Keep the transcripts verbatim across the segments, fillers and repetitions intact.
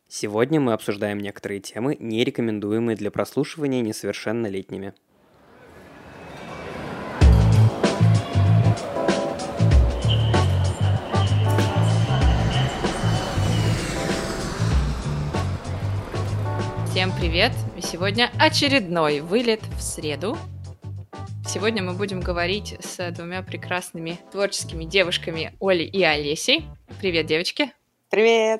Сегодня мы обсуждаем некоторые темы, не рекомендуемые для прослушивания несовершеннолетними. Всем привет! Сегодня очередной вылет в среду. Сегодня мы будем говорить с двумя прекрасными творческими девушками Олей и Олесей. Привет, девочки! Привет!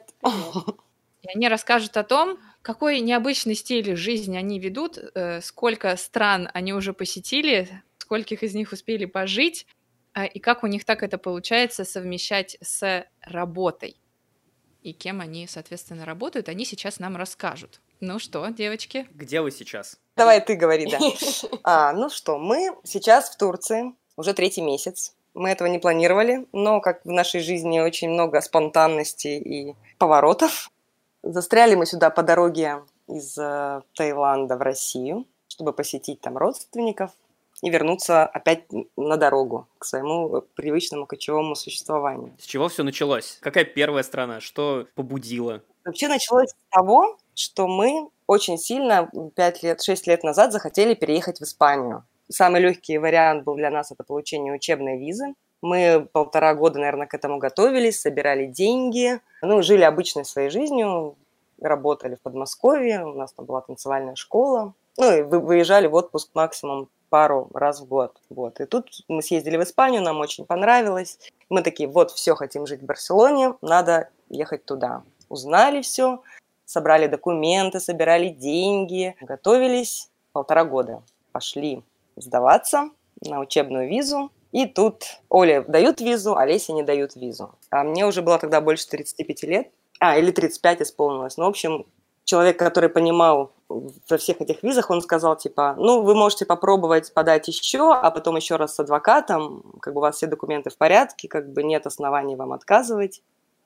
И они расскажут о том, какой необычный стиль жизни они ведут, сколько стран они уже посетили, скольких из них успели пожить, и как у них так это получается совмещать с работой. И кем они, соответственно, работают, они сейчас нам расскажут. Ну что, девочки? Где вы сейчас? Давай ты говори, да. А, ну что, мы сейчас в Турции, уже третий месяц. Мы этого не планировали, но как в нашей жизни очень много спонтанности и поворотов. Застряли мы сюда по дороге из э, Таиланда в Россию, чтобы посетить там родственников и вернуться опять на дорогу к своему привычному кочевому существованию. С чего все началось? Какая первая страна? Что побудило? Вообще началось с того, что мы очень сильно пять лет, шесть лет назад захотели переехать в Испанию. Самый легкий вариант был для нас это получение учебной визы. Мы полтора года, наверное, к этому готовились, собирали деньги, ну, жили обычной своей жизнью, работали в Подмосковье, у нас там была танцевальная школа, ну, и выезжали в отпуск максимум пару раз в год. Вот. И тут мы съездили в Испанию, нам очень понравилось. Мы такие, вот, все, хотим жить в Барселоне, надо ехать туда. Узнали все, собрали документы, собирали деньги, готовились полтора года. Пошли сдаваться на учебную визу. И тут Оле дают визу, а Лесе не дают визу. А мне уже было тогда больше тридцати пяти лет. А, или тридцать пять исполнилось. Ну, в общем, человек, который понимал во всех этих визах, он сказал, типа, ну, вы можете попробовать подать еще, а потом еще раз с адвокатом, как бы у вас все документы в порядке, как бы нет оснований вам отказывать.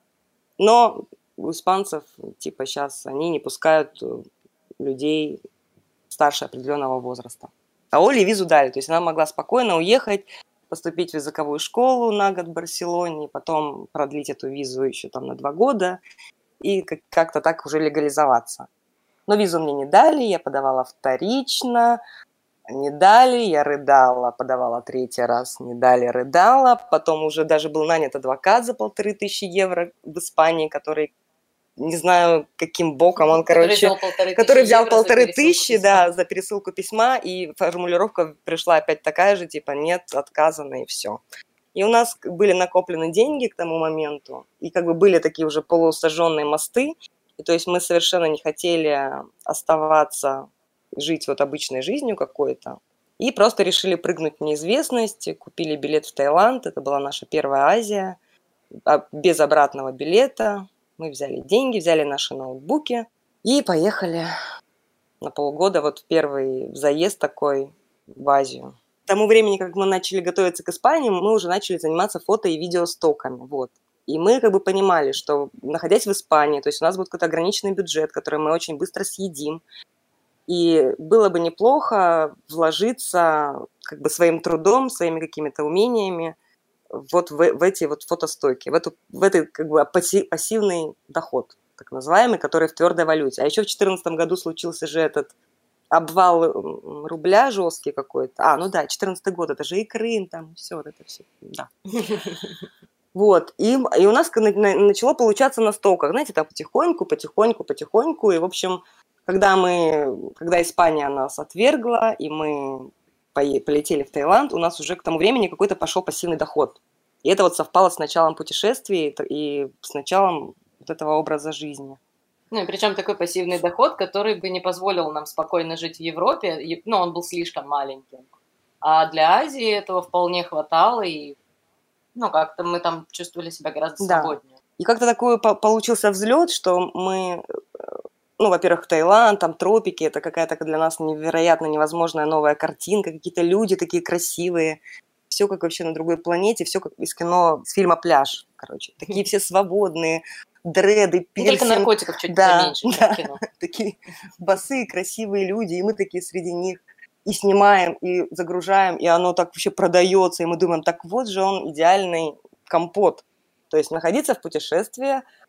Но у испанцев, типа, сейчас они не пускают людей старше определенного возраста. А Оле визу дали, то есть она могла спокойно уехать, поступить в языковую школу на год в Барселоне, потом продлить эту визу еще там на два года и как-то так уже легализоваться. Но визу мне не дали, я подавала вторично, не дали, я рыдала, подавала третий раз, не дали, рыдала. Потом уже даже был нанят адвокат за полторы тысячи евро в Испании, который, не знаю, каким боком он, короче, который взял полторы тысячи, да, за пересылку письма, и формулировка пришла опять такая же, типа, нет, отказано, и все. И у нас были накоплены деньги к тому моменту, и как бы были такие уже полусожженные мосты, и то есть мы совершенно не хотели оставаться, жить вот обычной жизнью какой-то, и просто решили прыгнуть в неизвестность, купили билет в Таиланд, это была наша первая Азия, без обратного билета. Мы взяли деньги, взяли наши ноутбуки и поехали на полгода, вот первый заезд такой в Азию. К тому времени, как мы начали готовиться к Испании, мы уже начали заниматься фото и видеостоками, вот. И мы как бы понимали, что, находясь в Испании, то есть у нас будет какой-то ограниченный бюджет, который мы очень быстро съедим, и было бы неплохо вложиться как бы своим трудом, своими какими-то умениями вот в, в эти вот фотостойки, в, эту, в этот как бы пассивный доход, так называемый, который в твердой валюте. А еще в две тысячи четырнадцатом году случился же этот обвал рубля жесткий какой-то. А, ну да, две тысячи четырнадцатый год, это же и Крым, там все, вот это все, да. Вот, и, и у нас начало получаться на стоках, знаете, так потихоньку, потихоньку, потихоньку, и, в общем, когда мы, когда Испания нас отвергла, и мы полетели в Таиланд, у нас уже к тому времени какой-то пошел пассивный доход. И это вот совпало с началом путешествий и с началом вот этого образа жизни. Ну и причем такой пассивный доход, который бы не позволил нам спокойно жить в Европе, ну он был слишком маленьким. А для Азии этого вполне хватало, и ну как-то мы там чувствовали себя гораздо свободнее. Да. И как-то такой получился взлет, что мы... Ну, во-первых, Таиланд, там тропики, это какая-то для нас невероятно невозможная новая картинка, какие-то люди такие красивые, все как вообще на другой планете, все как из кино, с фильма «Пляж», короче, такие все свободные, дреды, пирсинг. Только наркотиков чуть да, поменьше, да, в кино. Такие босые, красивые люди, и мы такие среди них, и снимаем, и загружаем, и оно так вообще продается, и мы думаем, так вот же он идеальный компот. То есть находиться в путешествии,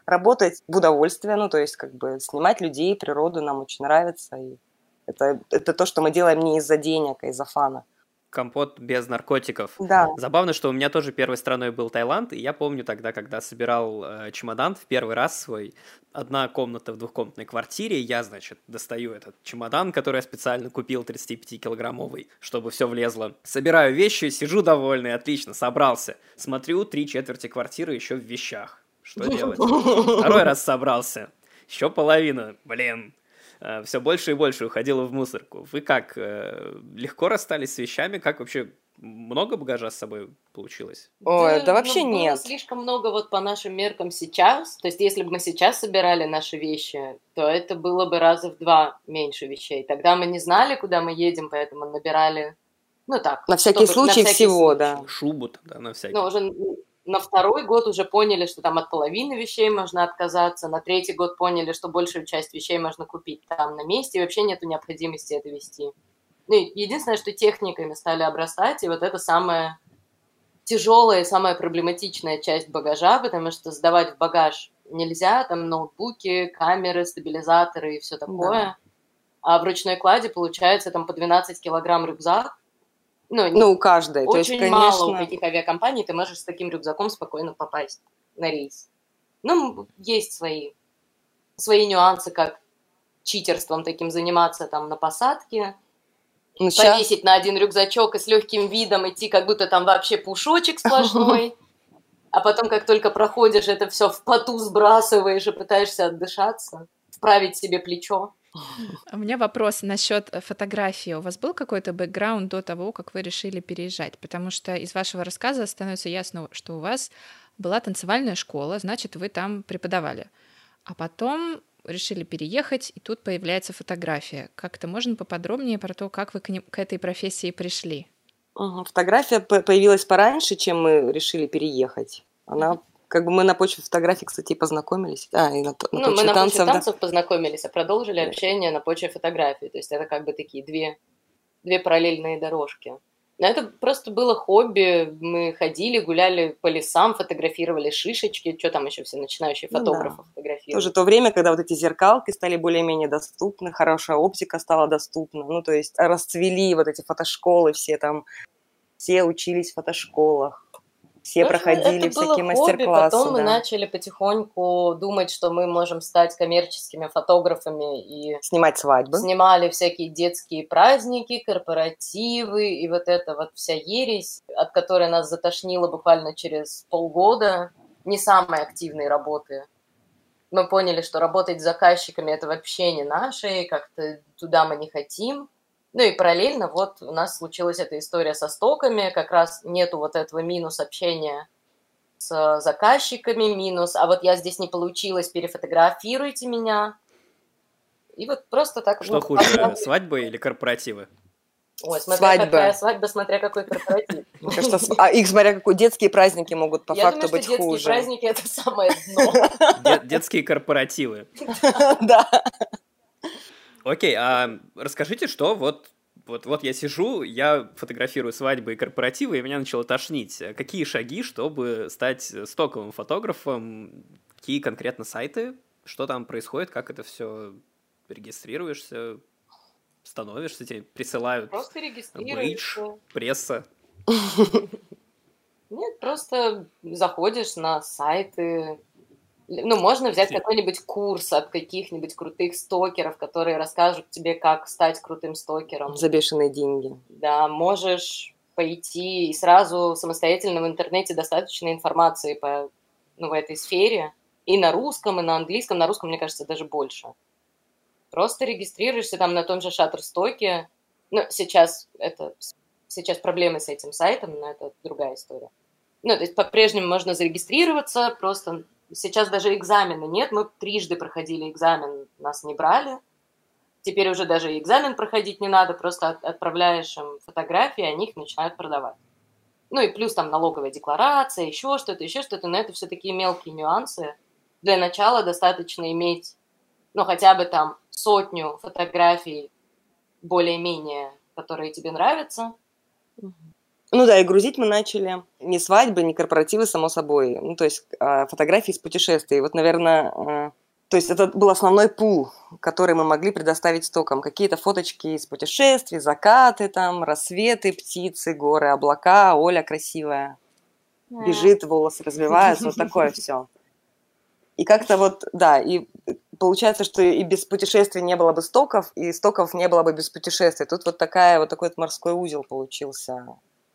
работать в удовольствие, ну, то есть как бы снимать людей, природу нам очень нравится. И это, это то, что мы делаем не из-за денег, а из-за фана. Компот без наркотиков. Да. Забавно, что у меня тоже первой страной был Таиланд, и я помню тогда, когда собирал э, чемодан в первый раз свой, одна комната в двухкомнатной квартире, я, значит, достаю этот чемодан, который я специально купил, тридцатипятикилограммовый, чтобы все влезло. Собираю вещи, сижу довольный, отлично, собрался. Смотрю, три четверти квартиры еще в вещах. Что делать? Второй раз собрался. Еще половина, блин. Все больше и больше уходило в мусорку. Вы как, легко расстались с вещами? Как вообще, много багажа с собой получилось? Ой, Да, да вообще ну, было нет. слишком много вот по нашим меркам сейчас. То есть если бы мы сейчас собирали наши вещи, то это было бы раза в два меньше вещей. Тогда мы не знали, куда мы едем, поэтому набирали, ну так. На всякий чтобы- случай всякий всего, случай. да. Шубу тогда на всякий. Но уже на второй год уже поняли, что там от половины вещей можно отказаться. На третий год поняли, что большую часть вещей можно купить там на месте, и вообще нету необходимости это вести. Ну, и единственное, что техниками стали обрастать, и вот это самая тяжелая и самая проблематичная часть багажа, потому что сдавать в багаж нельзя, там ноутбуки, камеры, стабилизаторы и все такое. А в ручной кладе получается там по двенадцать килограмм рюкзак. Ну, Ну, у каждой. То есть, очень мало у конечно, каких авиакомпаний ты можешь с таким рюкзаком спокойно попасть на рейс. Ну, есть свои, свои нюансы, как читерством таким заниматься там на посадке, ну, щас- повесить на один рюкзачок и с легким видом идти, как будто там вообще пушочек сплошной, а потом, как только проходишь, это все в поту сбрасываешь и пытаешься отдышаться, вправить себе плечо. У меня вопрос насчет фотографии. У вас был какой-то бэкграунд до того, как вы решили переезжать? Потому что из вашего рассказа становится ясно, что у вас была танцевальная школа, значит, вы там преподавали. А потом решили переехать, и тут появляется фотография. Как-то можно поподробнее про то, как вы к, ним- к этой профессии пришли? Мгм. Фотография п- появилась пораньше, чем мы решили переехать. Она, как бы мы на почве фотографий, кстати, и познакомились. А, и на, т- на Ну, мы почве на почве танцев, да. танцев познакомились, а продолжили общение на почве фотографий. То есть это как бы такие две, две параллельные дорожки. Но это просто было хобби. Мы ходили, гуляли по лесам, фотографировали шишечки. Что там еще все начинающие Ну фотографы да. фотографируют? Тоже то время, когда вот эти зеркалки стали более-менее доступны, хорошая оптика стала доступна. Ну, то есть расцвели вот эти фотошколы, все там, все учились в фотошколах, все В общем, проходили это было всякие хобби, мастер-классы, потом мы да. начали потихоньку думать, что мы можем стать коммерческими фотографами и Снимать свадьбы. снимали всякие детские праздники, корпоративы и вот эта вот вся ересь, от которой нас затошнило буквально через полгода, не самой активной работы. Мы поняли, что работать с заказчиками это вообще не наше, и как-то туда мы не хотим. Ну и параллельно вот у нас случилась эта история со стоками, как раз нету вот этого минус общения с заказчиками, минус, а вот я здесь не получилось, перефотографируйте меня. И вот просто так... Что ну, хуже, поставили- свадьбы или корпоративы? Ой, смотря Свадьба. какая свадьба, смотря какой корпоратив. Мне кажется, с- а их, смотря какой, детские праздники могут по Я факту думаю, что быть детские хуже. праздники это самое дно. Де- детские корпоративы. Да. Окей, а расскажите, что вот, вот, вот я сижу, я фотографирую свадьбы и корпоративы, и меня начало тошнить. Какие шаги, чтобы стать стоковым фотографом? Какие конкретно сайты? Что там происходит? Как это все регистрируешься? Становишься, тебе присылают Просто бейдж, регистрируешься. пресса. Нет, просто заходишь на сайты. Ну, можно взять Окей. какой-нибудь курс от каких-нибудь крутых стокеров, которые расскажут тебе, как стать крутым стокером. За бешеные деньги. Да, можешь пойти и сразу самостоятельно в интернете достаточно информации по ну, в этой сфере. И на русском, и на английском. На русском, мне кажется, даже больше. Просто регистрируешься там на том же Shutterstock. Ну, сейчас это сейчас проблемы с этим сайтом, но это другая история. Ну, то есть по-прежнему можно зарегистрироваться, просто сейчас даже экзамена нет. Мы трижды проходили экзамен, нас не брали. Теперь уже даже экзамен проходить не надо, просто от- отправляешь им фотографии, они их начинают продавать. Ну и плюс там налоговая декларация, еще что-то, еще что-то, но это все такие мелкие нюансы. Для начала достаточно иметь, ну, хотя бы там сотню фотографий более-менее, которые тебе нравятся. Ну да, и грузить мы начали не свадьбы, не корпоративы, само собой. Ну, то есть а, фотографии из путешествий. Вот, наверное, а, то есть это был основной пул, который мы могли предоставить стокам. Какие-то фоточки из путешествий, закаты там, рассветы, птицы, горы, облака, Оля красивая. Бежит, волосы развиваются, вот такое все. И как-то вот, да, и получается, что и без путешествий не было бы стоков, и стоков не было бы без путешествий. Тут вот такая вот такой вот морской узел получился.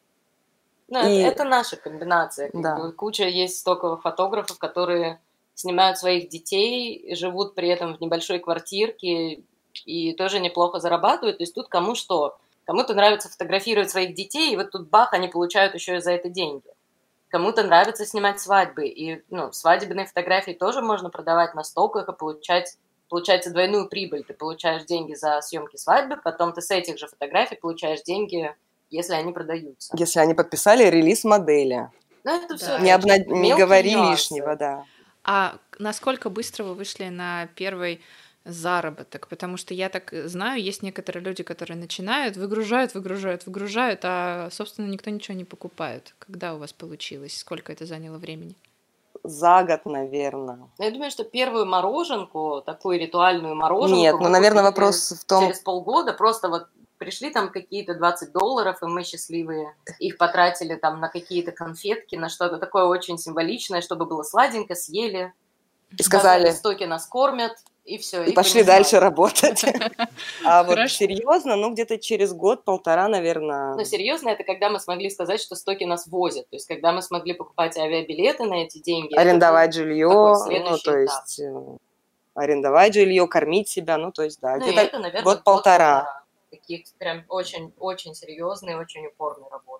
Ну, И... это, это наша комбинация. Как Да. бы, куча есть стоковых фотографов, которые снимают своих детей, живут при этом в небольшой квартирке и тоже неплохо зарабатывают. То есть тут кому что. Кому-то нравится фотографировать своих детей, и вот тут бах, они получают еще и за это деньги. Кому-то нравится снимать свадьбы, и ну, свадебные фотографии тоже можно продавать на стоках и получать, получается, двойную прибыль. Ты получаешь деньги за съемки свадьбы, потом ты с этих же фотографий получаешь деньги, если они продаются. Если они подписали релиз модели. Ну, это Да. все Не, обна... не говори лишнего, да. А насколько быстро вы вышли на первый заработок? Потому что я так знаю, есть некоторые люди, которые начинают, выгружают, выгружают, выгружают, а, собственно, никто ничего не покупает. Когда у вас получилось? Сколько это заняло времени? За год, наверное. Я думаю, что первую мороженку, такую ритуальную мороженку... Нет, ну, наверное, вопрос в том... Через полгода просто вот пришли там какие-то двадцать долларов, и мы счастливые. Их потратили там на какие-то конфетки, на что-то такое очень символичное, чтобы было сладенько, съели. И сказали... Стоки нас кормят, и все. И, и пошли дальше работать. А вот серьезно, ну, где-то через год-полтора, наверное... Ну, серьезно, это когда мы смогли сказать, что стоки нас возят. То есть, когда мы смогли покупать авиабилеты на эти деньги. Арендовать жилье, ну, то есть... Арендовать жилье, кормить себя, ну, то есть, да, где-то год-полтора. Таких прям очень-очень серьезные, очень упорные работы.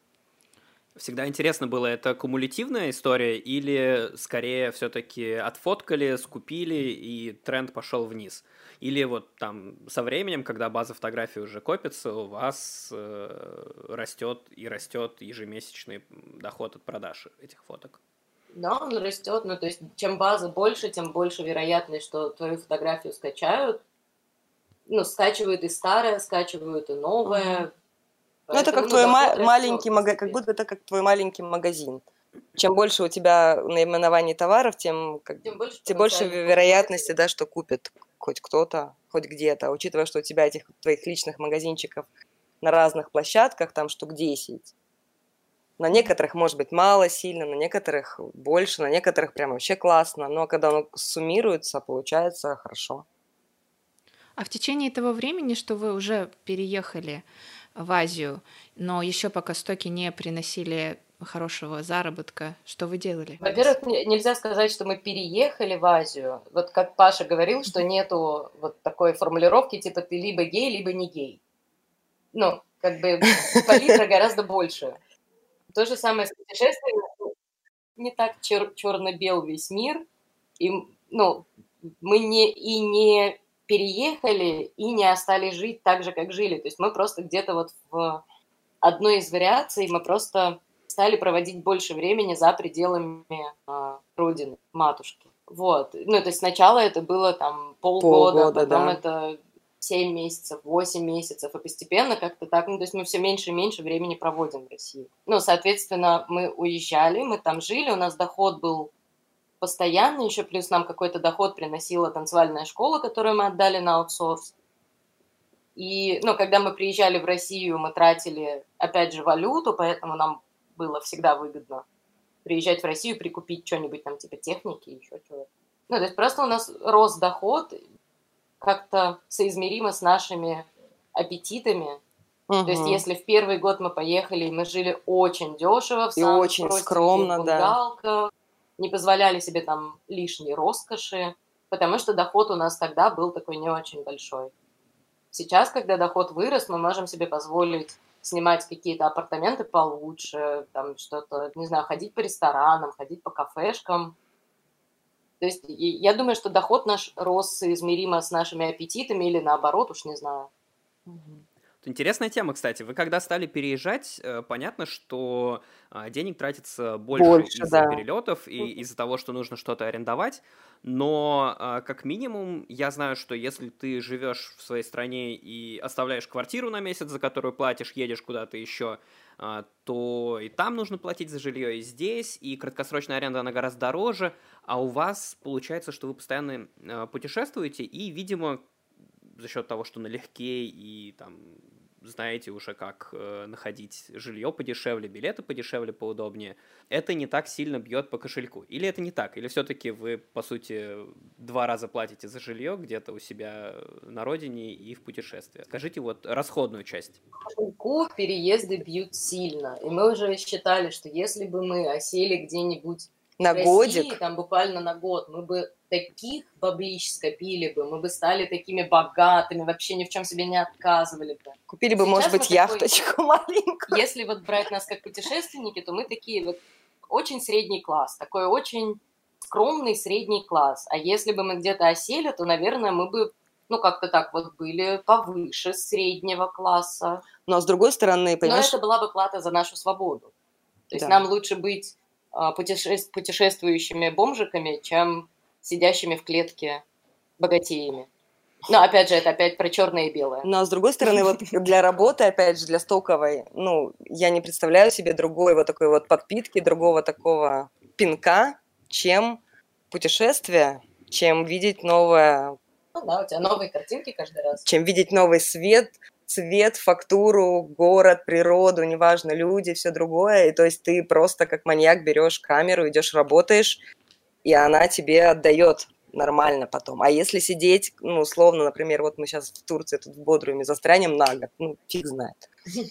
Всегда интересно было, это кумулятивная история или скорее все-таки отфоткали, скупили и тренд пошел вниз? Или вот там со временем, когда база фотографий уже копится, у вас э, растет и растет ежемесячный доход от продаж этих фоток? Да, он растет, ну то есть чем база больше, тем больше вероятность, что твою фотографию скачают. Ну, скачивают и старое, скачивают и новое. Ну, это как твой ма- маленький магазин, как будто это как твой маленький магазин. Чем больше у тебя наименований товаров, тем, как, тем больше, тем больше вероятности, да, что купит хоть кто-то, хоть где-то. Учитывая, что у тебя этих твоих личных магазинчиков на разных площадках, там штук десять. На некоторых, может быть, мало сильно, на некоторых больше, на некоторых прям вообще классно. Но когда оно суммируется, получается хорошо. А в течение того времени, что вы уже переехали в Азию, но еще пока стоки не приносили хорошего заработка, что вы делали? Во-первых, нельзя сказать, что мы переехали в Азию. Вот как Паша говорил, что нету вот такой формулировки, типа ты либо гей, либо не гей. Ну, как бы палитра гораздо больше. То же самое с путешествием. Не так чер- черно-бел весь мир. И, ну, мы не и не переехали, и не остались жить так же, как жили. То есть мы просто где-то вот в одной из вариаций мы просто стали проводить больше времени за пределами э, родины, матушки. Вот. Ну, то есть сначала это было там полгода, полгода, потом да. это семь месяцев, восемь месяцев, и постепенно как-то так, ну, то есть мы все меньше и меньше времени проводим в России. Ну, соответственно, мы уезжали, мы там жили, у нас доход был постоянно, еще плюс нам какой-то доход приносила танцевальная школа, которую мы отдали на аутсорс. И, ну, когда мы приезжали в Россию, мы тратили, опять же, валюту, поэтому нам было всегда выгодно приезжать в Россию, прикупить что-нибудь там, типа техники, еще чего-то. Ну, то есть просто у нас рос доход как-то соизмеримо с нашими аппетитами. Угу. То есть если в первый год мы поехали, мы жили очень дешево, в и очень скромно, да. Не позволяли себе там лишней роскоши, потому что доход у нас тогда был такой не очень большой. Сейчас, когда доход вырос, мы можем себе позволить снимать какие-то апартаменты получше, там что-то, не знаю, ходить по ресторанам, ходить по кафешкам. То есть я думаю, что доход наш рос соизмеримо с нашими аппетитами или наоборот, уж не знаю. То Интересная тема, кстати. Вы когда стали переезжать, э, понятно, что а, денег тратится больше, Больше, из-за да. перелетов и из-за того, что нужно что-то арендовать. Но а, как минимум я знаю, что если ты живешь в своей стране и оставляешь квартиру на месяц, за которую платишь, едешь куда-то еще, а, то и там нужно платить за жилье, и здесь, и краткосрочная аренда, она гораздо дороже, а у вас получается, что вы постоянно а, путешествуете, и, видимо, за счет того, что налегке и там знаете уже, как э, находить жилье подешевле, билеты подешевле, поудобнее, это не так сильно бьет по кошельку. Или это не так? Или все-таки вы, по сути, два раза платите за жилье где-то у себя на родине и в путешествии? Скажите вот расходную часть. По кошельку переезды бьют сильно. И мы уже считали, что если бы мы осели где-нибудь На в России, годик. там буквально на год, мы бы таких баблищ скопили бы, мы бы стали такими богатыми, вообще ни в чем себе не отказывали бы. Купили бы, Сейчас может быть, мы такой- яхточку маленькую. Если вот брать нас как путешественники, то мы такие вот очень средний класс, такой очень скромный средний класс. А если бы мы где-то осели, то, наверное, мы бы, ну, как-то так вот были повыше среднего класса. Но с другой стороны, Но понимаешь, это была бы плата за нашу свободу. То есть Да. нам лучше быть а, путеше- путешествующими бомжиками, чем сидящими в клетке богатеями. Но, опять же, это опять про черное и белое. но с другой стороны, вот для работы, опять же, для стоковой, ну, я не представляю себе другой вот такой вот подпитки, другого такого пинка, чем путешествие, чем видеть новое, Ну да, у тебя новые картинки каждый раз. чем видеть новый свет, цвет, фактуру, город, природу, неважно, люди, все другое. И то есть ты просто как маньяк берешь камеру, идешь, работаешь, и она тебе отдает нормально потом. А если сидеть, ну, условно, например, вот мы сейчас в Турции, тут в Бодруме застрянем на год, ну, фиг знает.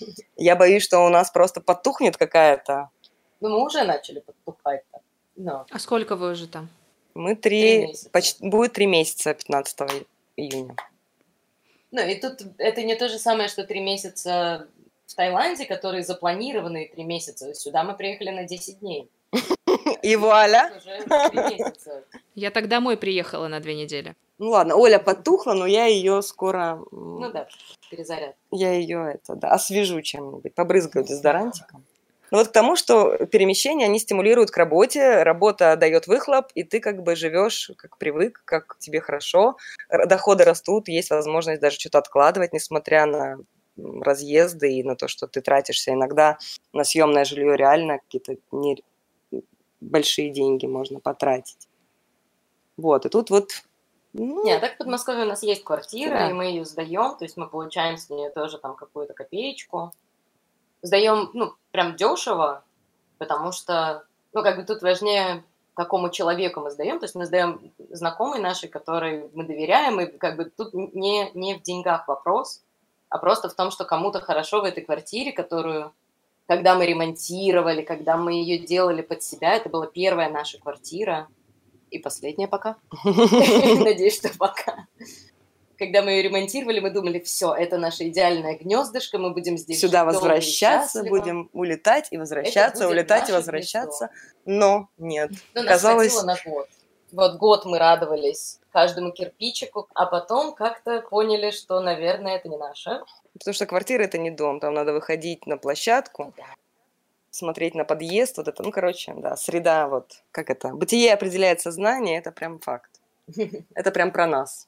Я боюсь, что у нас просто потухнет какая-то. Ну, мы уже начали подтухать-то. Но. А сколько вы уже там? Мы Три три, месяца. почти, будет три месяца пятнадцатого июня. Ну, и тут это не то же самое, что три месяца в Таиланде, которые запланированы три месяца. Сюда мы приехали на десять дней. И вуаля! Уже три месяца. Я так домой приехала на две недели. Ну ладно, Оля потухла, но я ее скоро, м, Ну да, перезаряд. я ее это, да, освежу чем-нибудь, побрызгаю дезодорантиком. Ну вот к тому, что перемещения, они стимулируют к работе, работа дает выхлоп, и ты как бы живешь, как привык, как тебе хорошо, Р- доходы растут, есть возможность даже что-то откладывать, несмотря на м, разъезды и на то, что ты тратишься иногда на съемное жилье, реально какие-то не... большие деньги можно потратить. Вот, и тут вот... ну, Не, а так в Подмосковье у нас есть квартира, Да. и мы ее сдаем, то есть мы получаем с нее тоже там какую-то копеечку. Сдаем, ну, прям дешево, потому что, ну, как бы тут важнее, какому человеку мы сдаем, то есть мы сдаем знакомой нашей, которой мы доверяем, и как бы тут не, не в деньгах вопрос, а просто в том, что кому-то хорошо в этой квартире, которую, когда мы ремонтировали, когда мы ее делали под себя, это была первая наша квартира, и последняя пока. Надеюсь, что пока. Когда мы ее ремонтировали, мы думали, все, это наше идеальное гнездышко, мы будем здесь сюда жить долго и возвращаться, счастливо. будем улетать и возвращаться, будет улетать и наше возвращаться. Но нет. Ну, нас Казалось- хватило на год. Вот год мы радовались каждому кирпичику, а потом как-то поняли, что, наверное, это не наше. Потому что квартира – это не дом, там надо выходить на площадку, смотреть на подъезд, вот это, ну, короче, да, среда, вот, как это, бытие определяет сознание, это прям факт. Это прям про нас.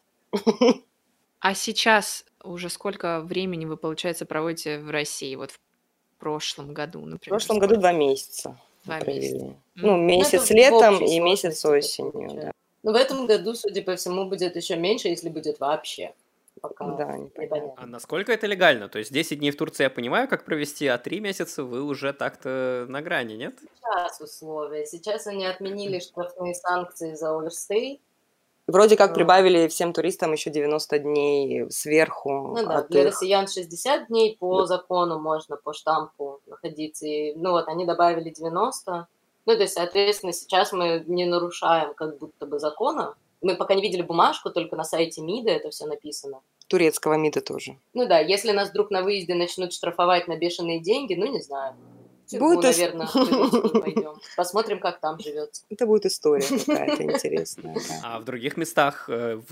А сейчас уже сколько времени вы, получается, проводите в России? Вот в прошлом году, В например. прошлом году два месяца Два мы провели. месяца. Ну, М. месяц это в летом общей и месяц сложности осенью, получается. да. Но в этом году, судя по всему, будет еще меньше, если будет вообще. Пока Да, непонятно. непонятно. А насколько это легально? То есть десять дней в Турции я понимаю, как провести, а три месяца вы уже так-то на грани, нет? Сейчас условия. Сейчас они отменили штрафные санкции за оверстей. Вроде как А. прибавили всем туристам еще девяносто дней сверху Ну да, от для их... россиян шестьдесят дней по закону можно по штампу находиться. И, ну вот, они добавили девяносто. Ну, то есть, соответственно, сейчас мы не нарушаем как будто бы закона. Мы пока не видели бумажку, только на сайте МИДа это все написано. турецкого МИДа тоже. Ну да, если нас вдруг на выезде начнут штрафовать на бешеные деньги, ну не знаю. В Тюрьму, Будет ис- наверное, в Турецкую пойдем. Посмотрим, как там живется. Это будет история какая-то интересная. да. А в других местах э, вы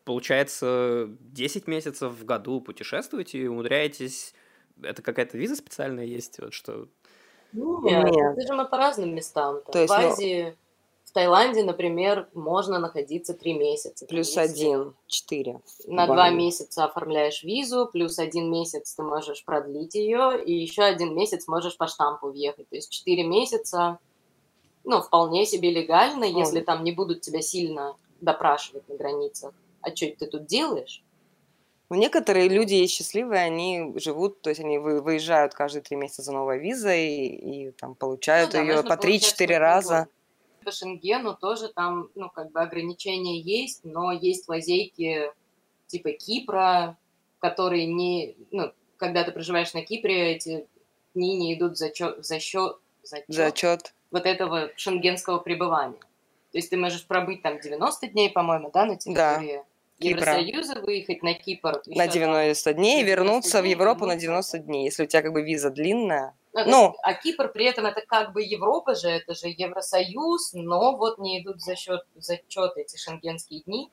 получается, десять месяцев в году путешествуете и умудряетесь... Это какая-то виза специальная есть? Вот что... Нет, Нет. это же мы по разным местам. Там То есть, в ну- Азии, в Таиланде, например, можно находиться три месяца. Там, Плюс если один, четыре. На Два два месяца. месяца оформляешь визу, плюс один месяц ты можешь продлить ее, и еще один месяц можешь по штампу въехать. То есть четыре месяца, ну, вполне себе легально, если Ой. там не будут тебя сильно допрашивать на границах. А что ты тут делаешь? Ну, некоторые люди есть счастливые, они живут, то есть они вы- выезжают каждые три месяца за новой визой и, и там получают Ну да, ее можно по получать три-четыре сколько раза. угодно. По Шенгену тоже там, ну, как бы ограничения есть, но есть лазейки типа Кипра, которые не... Ну, когда ты проживаешь на Кипре, эти дни не идут за счет, за счет, Зачет. вот этого шенгенского пребывания. То есть ты можешь пробыть там девяносто дней, по-моему, да, на территории Кипра. Евросоюза, выехать на Кипр. На ещё девяносто дней и на девяносто вернуться в дней, Европу на вернуться, девяносто да. дней, если у тебя как бы виза длинная. Ну, то Ну, есть, а Кипр при этом это как бы Европа же, это же Евросоюз, но вот не идут за счет зачет эти шенгенские дни.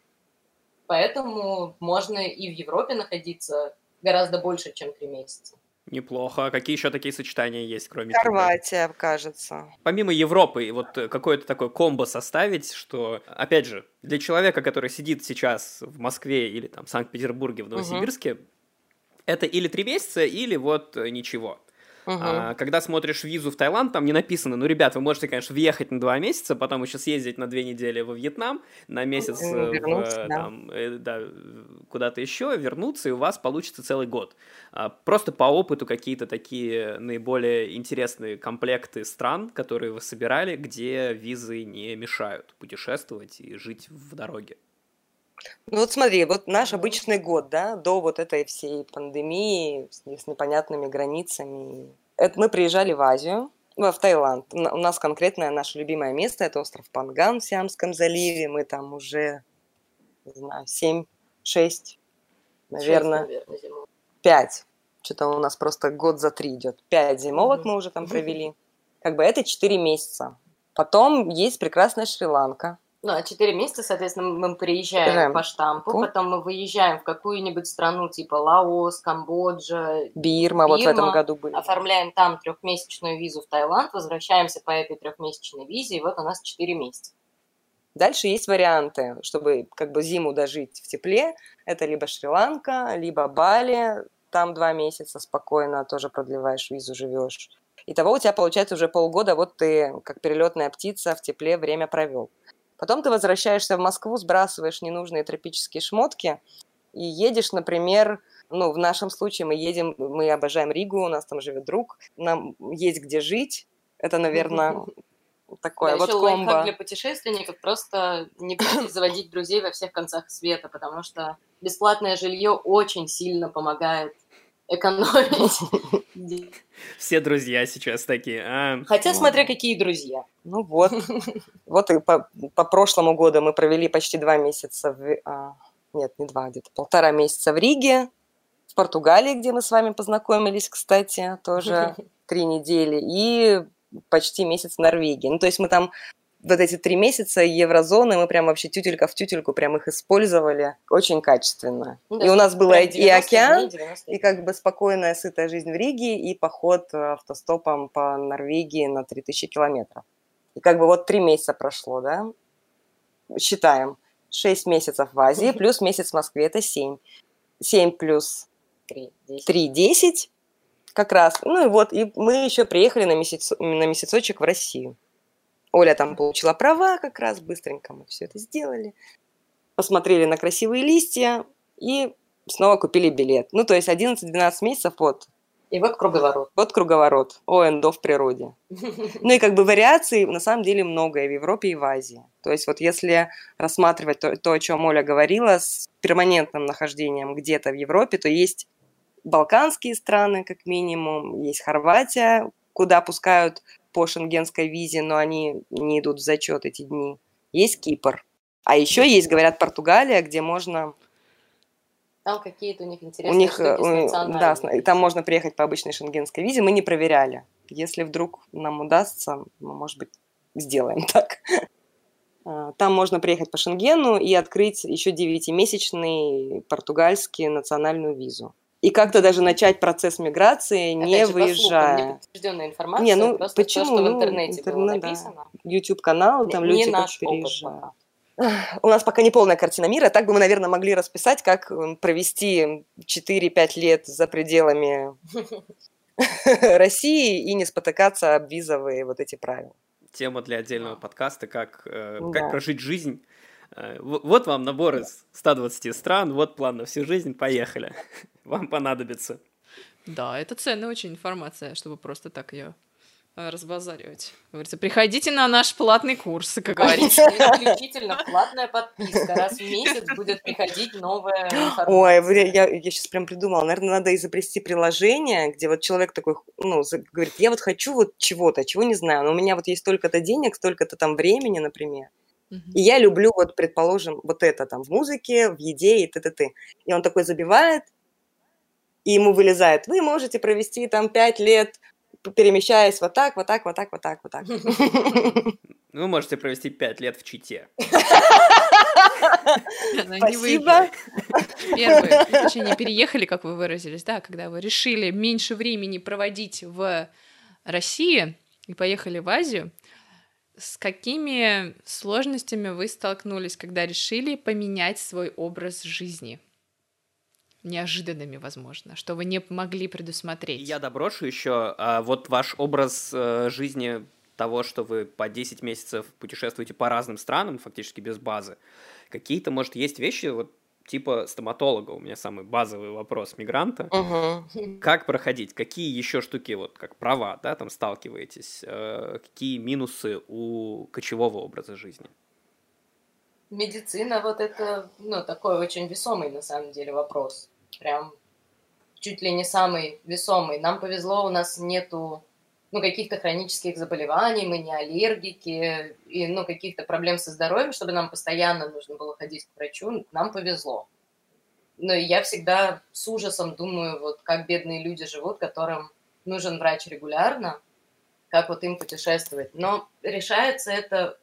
Поэтому можно и в Европе находиться гораздо больше, чем три месяца. Неплохо. А какие еще такие сочетания есть, кроме Кипра? Хорватия, кажется. Помимо Европы, вот э, какое-то такое комбо составить, что, опять же, для человека, который сидит сейчас в Москве или там в Санкт-Петербурге, в Новосибирске, это или три месяца, или вот э, ничего. Мгм. А, когда смотришь визу в Таиланд, там не написано, ну, ребят, вы можете, конечно, въехать на два месяца, потом еще съездить на две недели во Вьетнам, на месяц И э, в, вернуться, э, да. там, э, да, куда-то еще, вернуться, и у вас получится целый год. А, просто по опыту какие-то такие наиболее интересные комплекты стран, которые вы собирали, где визы не мешают путешествовать и жить в дороге. Ну вот смотри, вот наш Мгм. обычный год, да, до вот этой всей пандемии с, с непонятными границами. Это мы приезжали в Азию, ну, в Таиланд. Н- У нас конкретное наше любимое место – это остров Панган в Сиамском заливе. Мы там уже, не знаю, семь, шесть, Шесть, наверное, наверное, зимой. пять. Что-то у нас просто год за три идет. Пять зимовок Мгм. мы уже там провели. Как бы это четыре месяца. Потом есть прекрасная Шри-Ланка. Ну, а четыре месяца, соответственно, мы приезжаем Приезжаем. по штампу, Пу. потом мы выезжаем в какую-нибудь страну типа Лаос, Камбоджа, Бирма, вот в этом Бирма, году были. оформляем там трехмесячную визу в Таиланд, возвращаемся по этой трехмесячной визе, и вот у нас четыре месяца. Дальше есть варианты, чтобы как бы зиму дожить в тепле. Это либо Шри-Ланка, либо Бали. Там два месяца спокойно тоже продлеваешь визу, живешь. Итого у тебя получается уже полгода, вот ты как перелетная птица в тепле время провел. Потом ты возвращаешься в Москву, сбрасываешь ненужные тропические шмотки и едешь, например, ну, в нашем случае мы едем, мы обожаем Ригу, у нас там живет друг, нам есть где жить. Это, наверное, такое Да, вот еще лайфхак комбо. для путешественников, просто не бойтесь заводить друзей во всех концах света, потому что бесплатное жилье очень сильно помогает экономить. Все друзья сейчас такие, а, Хотя смотря какие друзья. Ну вот, вот и по, по прошлому году мы провели почти два месяца, в, а, нет, не два, где-то полтора месяца в Риге, в Португалии, где мы с вами познакомились, кстати, тоже три недели, и почти месяц в Норвегии. Ну, то есть мы там вот эти три месяца еврозоны, мы прям вообще тютелька в тютельку прям их использовали очень качественно. Ну да, И у нас было прям и девяносто океан, дней, девяносто и как бы спокойная, сытая жизнь в Риге, и поход автостопом по Норвегии на три тысячи километров. И как бы вот три месяца прошло, да? Считаем. Шесть месяцев в Азии, плюс месяц в Москве, это семь. Семь плюс три, десять. три, десять. Как раз. Ну и вот, и мы еще приехали на, месяц, на месяцочек в Россию. Оля там получила права как раз, быстренько мы все это сделали. Посмотрели на красивые листья и снова купили билет. Ну, то есть одиннадцать-двенадцать месяцев, вот. И вот круговорот. Вот круговорот. ОНДО в природе. Ну и как бы вариаций на самом деле много и в Европе, и в Азии. То есть вот если рассматривать то, то, о чем Оля говорила, с перманентным нахождением где-то в Европе, то есть балканские страны, как минимум, есть Хорватия, куда пускают по шенгенской визе, но они не идут в зачет эти дни. Есть Кипр. А еще есть, говорят, Португалия, где можно... Там какие-то у них У интересные них, штуки с э, национальной да, визой. там можно приехать по обычной шенгенской визе, мы не проверяли. Если вдруг нам удастся, мы, может быть, сделаем так. Там можно приехать по Шенгену и открыть еще девятимесячный португальский национальную визу. И как-то даже начать процесс миграции, не Опять же, выезжая. Не подтвержденная информация, не, ну, просто почему? то, что ну, в интернете интернет, было написано. Да. YouTube-канал, там не, люди не как наш переезжают. Опыт У нас пока не полная картина мира, так бы мы, наверное, могли расписать, как провести четыре-пять лет за пределами России и не спотыкаться об визовые вот эти правила. Тема для отдельного подкаста, как, э, как Да. прожить жизнь. Э, вот вам набор из ста двадцати стран, вот план на всю жизнь, поехали. Вам понадобится. Да, это ценная очень информация, чтобы просто так ее разбазаривать. Говорится, приходите на наш платный курс, как говорится. Исключительно платная подписка. Раз в месяц будет приходить новая информация. Ой, я, я сейчас прям придумала. Наверное, надо изобрести приложение, где вот человек такой, ну, говорит, я вот хочу вот чего-то, чего не знаю, но у меня вот есть столько-то денег, столько-то там времени, например. И я люблю, вот, предположим, вот это там в музыке, в еде и т.т.т. И он такой забивает, и ему вылезает, вы можете провести там пять лет, перемещаясь вот так, вот так, вот так, вот так, вот так. Вы можете провести пять лет в Чите. Спасибо. Первые, точнее, переехали, как вы выразились, да, когда вы решили меньше времени проводить в России и поехали в Азию. С какими сложностями вы столкнулись, когда решили поменять свой образ жизни? Неожиданными, возможно, что вы не могли предусмотреть. Я доброшу еще. А вот ваш образ э, жизни того, что вы по десять месяцев путешествуете по разным странам, фактически без базы. Какие-то, может, есть вещи, вот типа стоматолога, у меня самый базовый вопрос мигранта. Угу. Как проходить? Какие еще штуки, вот как права, да, там сталкиваетесь? Э, какие минусы у кочевого образа жизни? Медицина, вот это, ну, такой очень весомый, на самом деле, вопрос. Прям чуть ли не самый весомый. Нам повезло, у нас нету, ну, каких-то хронических заболеваний, мы не аллергики, и, ну, каких-то проблем со здоровьем, чтобы нам постоянно нужно было ходить к врачу, нам повезло. Но я всегда с ужасом думаю, вот как бедные люди живут, которым нужен врач регулярно, как вот им путешествовать. Но решается это...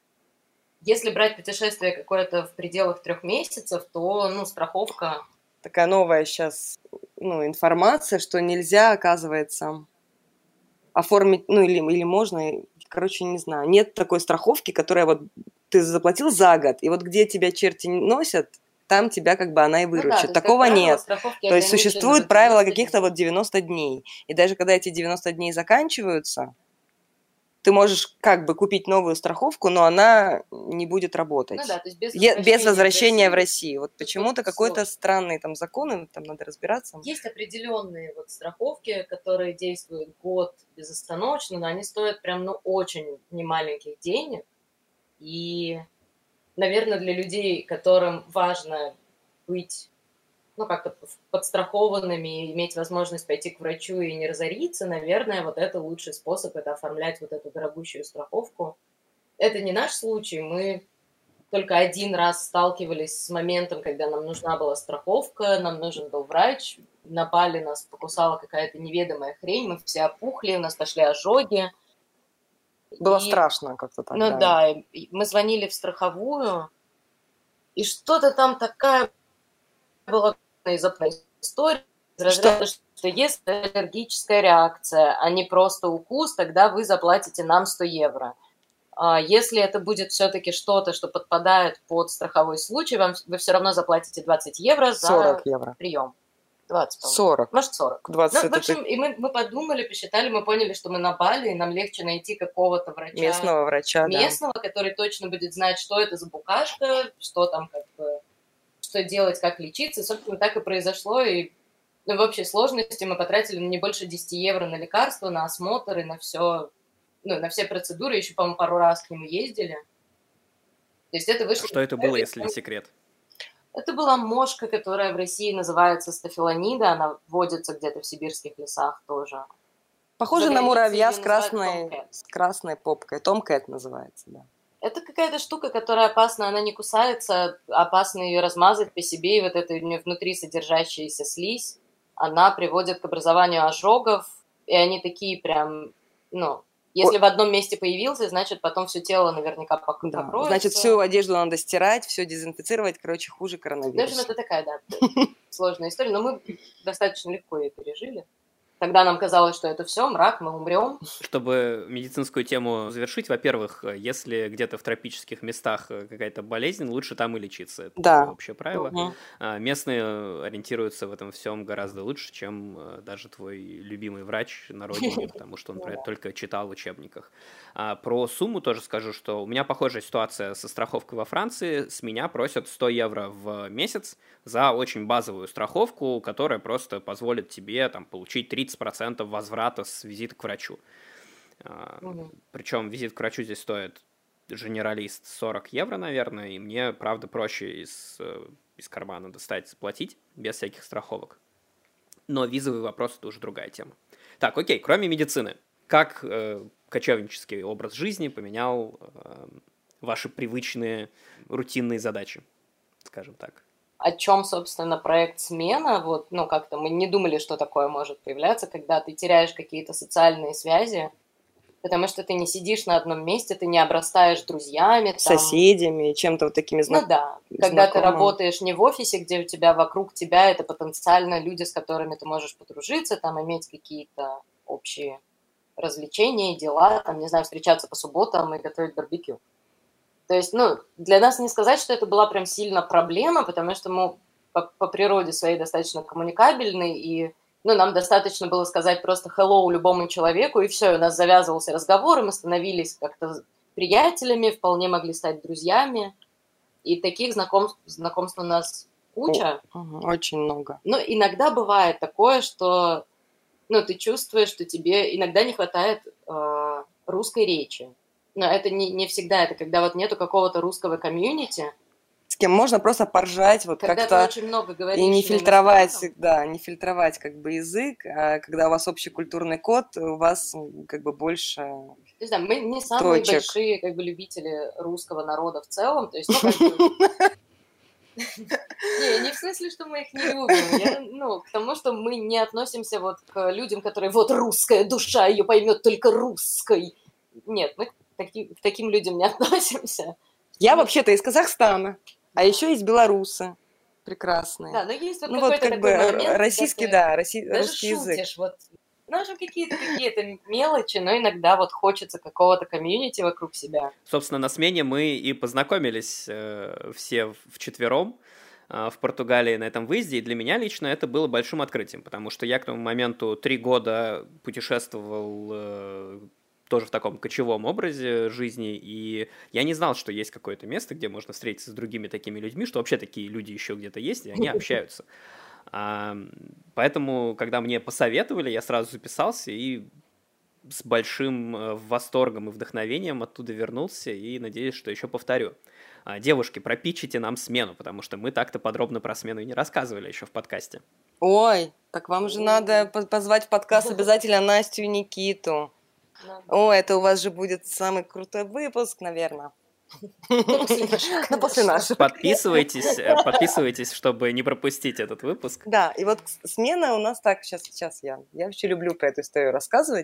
Если брать путешествие какое-то в пределах трех месяцев, то, ну, страховка... Такая новая сейчас, ну, информация, что нельзя, оказывается, оформить, ну, или, или можно, короче, не знаю. Нет такой страховки, которая вот ты заплатил за год, и вот где тебя черти носят, там тебя как бы она и выручит. Ну да, Такого правило, нет. То есть существуют правила каких-то вот девяносто дней. И даже когда эти девяносто дней заканчиваются, ты можешь как бы купить новую страховку, но она не будет работать. Ну да, то есть без возвращения, без возвращения в Россию. В Россию. Вот почему-то какой-то странный там закон, там надо разбираться. Есть определенные вот страховки, которые действуют год безостановочно, но они стоят прям, ну, очень немаленьких денег. И, наверное, для людей, которым важно быть, ну, как-то подстрахованными и иметь возможность пойти к врачу и не разориться, наверное, вот это лучший способ, это оформлять вот эту дорогущую страховку. Это не наш случай, мы только один раз сталкивались с моментом, когда нам нужна была страховка, нам нужен был врач, на Бали нас покусала какая-то неведомая хрень, мы все опухли, у нас пошли ожоги. Было и... страшно как-то так. Ну да, да, мы звонили в страховую, и что-то там такая была западная история, что? что если аллергическая реакция, а не просто укус, тогда вы заплатите нам сто евро. А если это будет все-таки что-то, что подпадает под страховой случай, вам, вы все равно заплатите двадцать евро за сорок евро. Прием. двадцать, сорок. Может, сорок. двадцать. Ну, в общем, и мы, мы подумали, посчитали, мы поняли, что мы на Бали, и нам легче найти какого-то врача. Местного врача, Местного, да. который точно будет знать, что это за букашка, что там как бы... что делать, как лечиться. Собственно, так и произошло. И ну, в общей сложности мы потратили не больше десять евро на лекарства, на осмотр и на все, ну, на все процедуры. Еще, по-моему, пару раз к нему ездили. То есть это вышло... Что это было, если не секрет? Это была мошка, которая в России называется стафилонида. Она водится где-то в сибирских лесах тоже. Похоже на муравья с красной, с красной попкой. Томкэт называется, да. Это какая-то штука, которая опасна, она не кусается, опасно ее размазать по себе, и вот эта у нее внутри содержащаяся слизь, она приводит к образованию ожогов, и они такие прям, ну, Если О- в одном месте появился, значит, потом все тело наверняка пок- Да. покроется. Значит, всю одежду надо стирать, все дезинфицировать, короче, хуже В общем, коронавируса. это такая, да, сложная история, но мы достаточно легко ее пережили. Тогда нам казалось, что это все, мрак, мы умрем. Чтобы медицинскую тему завершить, во-первых, если где-то в тропических местах какая-то болезнь, лучше там и лечиться. Это Да. такое общее правило. Мгм. А Местные ориентируются в этом всем гораздо лучше, чем э, даже твой любимый врач на родине, потому что он про это только читал в учебниках. А Про сумму тоже скажу, что у меня похожая ситуация со страховкой во Франции. С меня просят сто евро в месяц за очень базовую страховку, которая просто позволит тебе там, получить тридцать процентов возврата с визита к врачу. Мгм. Причем визит к врачу здесь стоит генералист сорок евро, наверное, и мне, правда, проще из, э, из кармана достать, заплатить без всяких страховок. Но визовый вопрос — это уже другая тема. Так, окей, кроме медицины, как э, кочевнический образ жизни поменял э, ваши привычные рутинные задачи, скажем так? О чем, собственно, проект «Смена». Вот, ну, как-то мы не думали, что такое может появляться, когда ты теряешь какие-то социальные связи, потому что ты не сидишь на одном месте, ты не обрастаешь друзьями. Там... Соседями, чем-то вот такими Ну знакомыми. да, когда ты знакомым. работаешь не в офисе, где у тебя вокруг тебя это потенциально люди, с которыми ты можешь подружиться, там иметь какие-то общие развлечения, дела, там, не знаю, встречаться по субботам и готовить барбекю. То есть, ну, для нас не сказать, что это была прям сильно проблема, потому что мы по, по природе своей достаточно коммуникабельны, и, ну, нам достаточно было сказать просто hello любому человеку, и все, у нас завязывался разговор, и мы становились как-то приятелями, вполне могли стать друзьями, и таких знакомств, знакомств у нас куча. Угу, очень много. Но иногда бывает такое, что, ну, ты чувствуешь, что тебе иногда не хватает э, русской речи. Но это не, не всегда, это когда вот нету какого-то русского комьюнити. С кем можно просто поржать, вот Когда как-то... ты очень много говоришь И не на фильтровать, иностранном. да, не фильтровать как бы язык, а когда у вас общий культурный код, у вас м, как бы больше То есть, да, мы не самые точек. большие как бы любители русского народа в целом. То есть, ну, как бы... Не, не в смысле, что мы их не любим. Я, ну, к тому, что мы не относимся вот к людям, которые вот русская душа, ее поймет только русской. Нет, мы к таки- к таким людям не относимся. Я Ну, вообще-то из Казахстана, а да. еще есть белорусы прекрасные. Да, но есть вот Ну вот какой-то как бы такой момент, российский, когда да, ты россий- даже русский язык. шутишь, вот, ну, в общем, какие-то какие-то мелочи, но иногда вот хочется какого-то комьюнити вокруг себя. Собственно, на смене мы и познакомились э, все вчетвером э, в Португалии на этом выезде, и для меня лично это было большим открытием, потому что я к тому моменту три года путешествовал э, тоже в таком кочевом образе жизни, и я не знал, что есть какое-то место, где можно встретиться с другими такими людьми, что вообще такие люди еще где-то есть, и они общаются. А, Поэтому, когда мне посоветовали, я сразу записался и с большим э, восторгом и вдохновением оттуда вернулся, и надеюсь, что еще повторю. А, Девушки, пропичите нам смену, потому что мы так-то подробно про смену и не рассказывали еще в подкасте. Ой, так вам же надо по- позвать в подкаст обязательно Настю и Никиту. Ну, О, это у вас же будет самый крутой выпуск, наверное. ну, после нашего, Ну, после конечно. нашего. Подписывайтесь, э, подписывайтесь, чтобы не пропустить этот выпуск. Да, и вот с- смена у нас так, сейчас, сейчас я, я вообще люблю про эту историю рассказывать.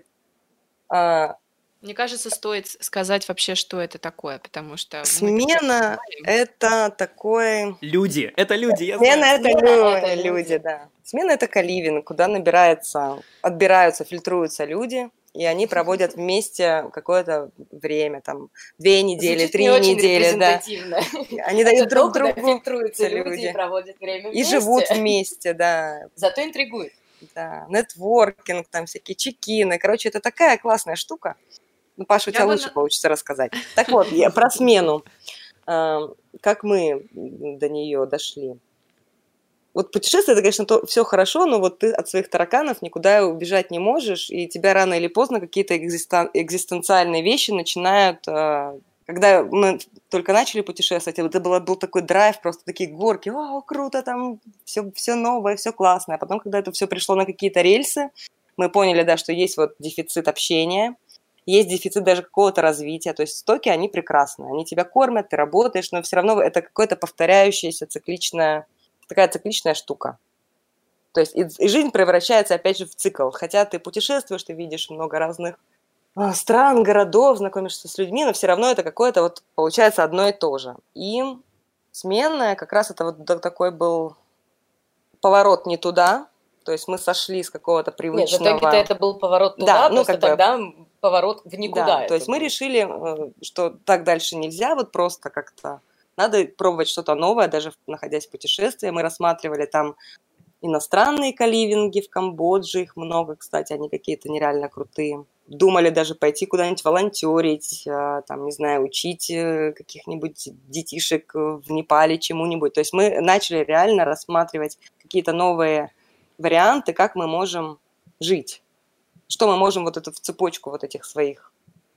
А, Мне кажется, стоит сказать вообще, что это такое, потому что... мы как раз смена знаем. – это такой... Люди, это люди, я Смена – знаю. это, Смена лю- это люди, люди. да. Смена – это каливин, куда набирается, отбираются, фильтруются люди, и они проводят вместе какое-то время, там, две недели, Звучит три не очень недели, да. репрезентативно. Они Это дают друг то, куда другу фильтруются люди люди. и проводят время и вместе. живут вместе, да. Зато интригует. Да, нетворкинг, там всякие чекины. Короче, это такая классная штука. Ну, Паша, у Я тебя бы лучше на- получится рассказать. Так вот, я про смену. А, Как мы до нее дошли. Вот путешествие, это, конечно, все хорошо, но вот ты от своих тараканов никуда убежать не можешь, и тебя рано или поздно какие-то экзистен- экзистенциальные вещи начинают... а, Когда мы только начали путешествовать, это было, был такой драйв, просто такие горки, вау, круто, там все, все новое, все классное. А потом, когда это все пришло на какие-то рельсы, мы поняли, да, что есть вот дефицит общения, есть дефицит даже какого-то развития. То есть стоки, они прекрасны, они тебя кормят, ты работаешь, но все равно это какое-то повторяющаяся цикличная, такая цикличная штука. То есть и, и жизнь превращается опять же в цикл. Хотя ты путешествуешь, ты видишь много разных а, стран, городов, знакомишься с людьми, но все равно это какое-то вот получается одно и то же. И сменная как раз это вот д- такой был поворот не туда, то есть мы сошли с какого-то Нет, в привычного... итоге-то это был поворот Да, туда, ну, просто как бы- тогда поворот в никуда. Да, это то есть мы был. решили, э, что так дальше нельзя, вот просто как-то надо пробовать что-то новое, даже в- находясь в путешествии. Мы рассматривали там иностранные каливинги в Камбодже, их много, кстати, они какие-то нереально крутые. Думали даже пойти куда-нибудь волонтерить, э, там, не знаю, учить э, каких-нибудь детишек э, в Непале чему-нибудь. То есть мы начали реально рассматривать какие-то новые варианты, как мы можем жить. Что мы можем вот эту в цепочку вот этих своих,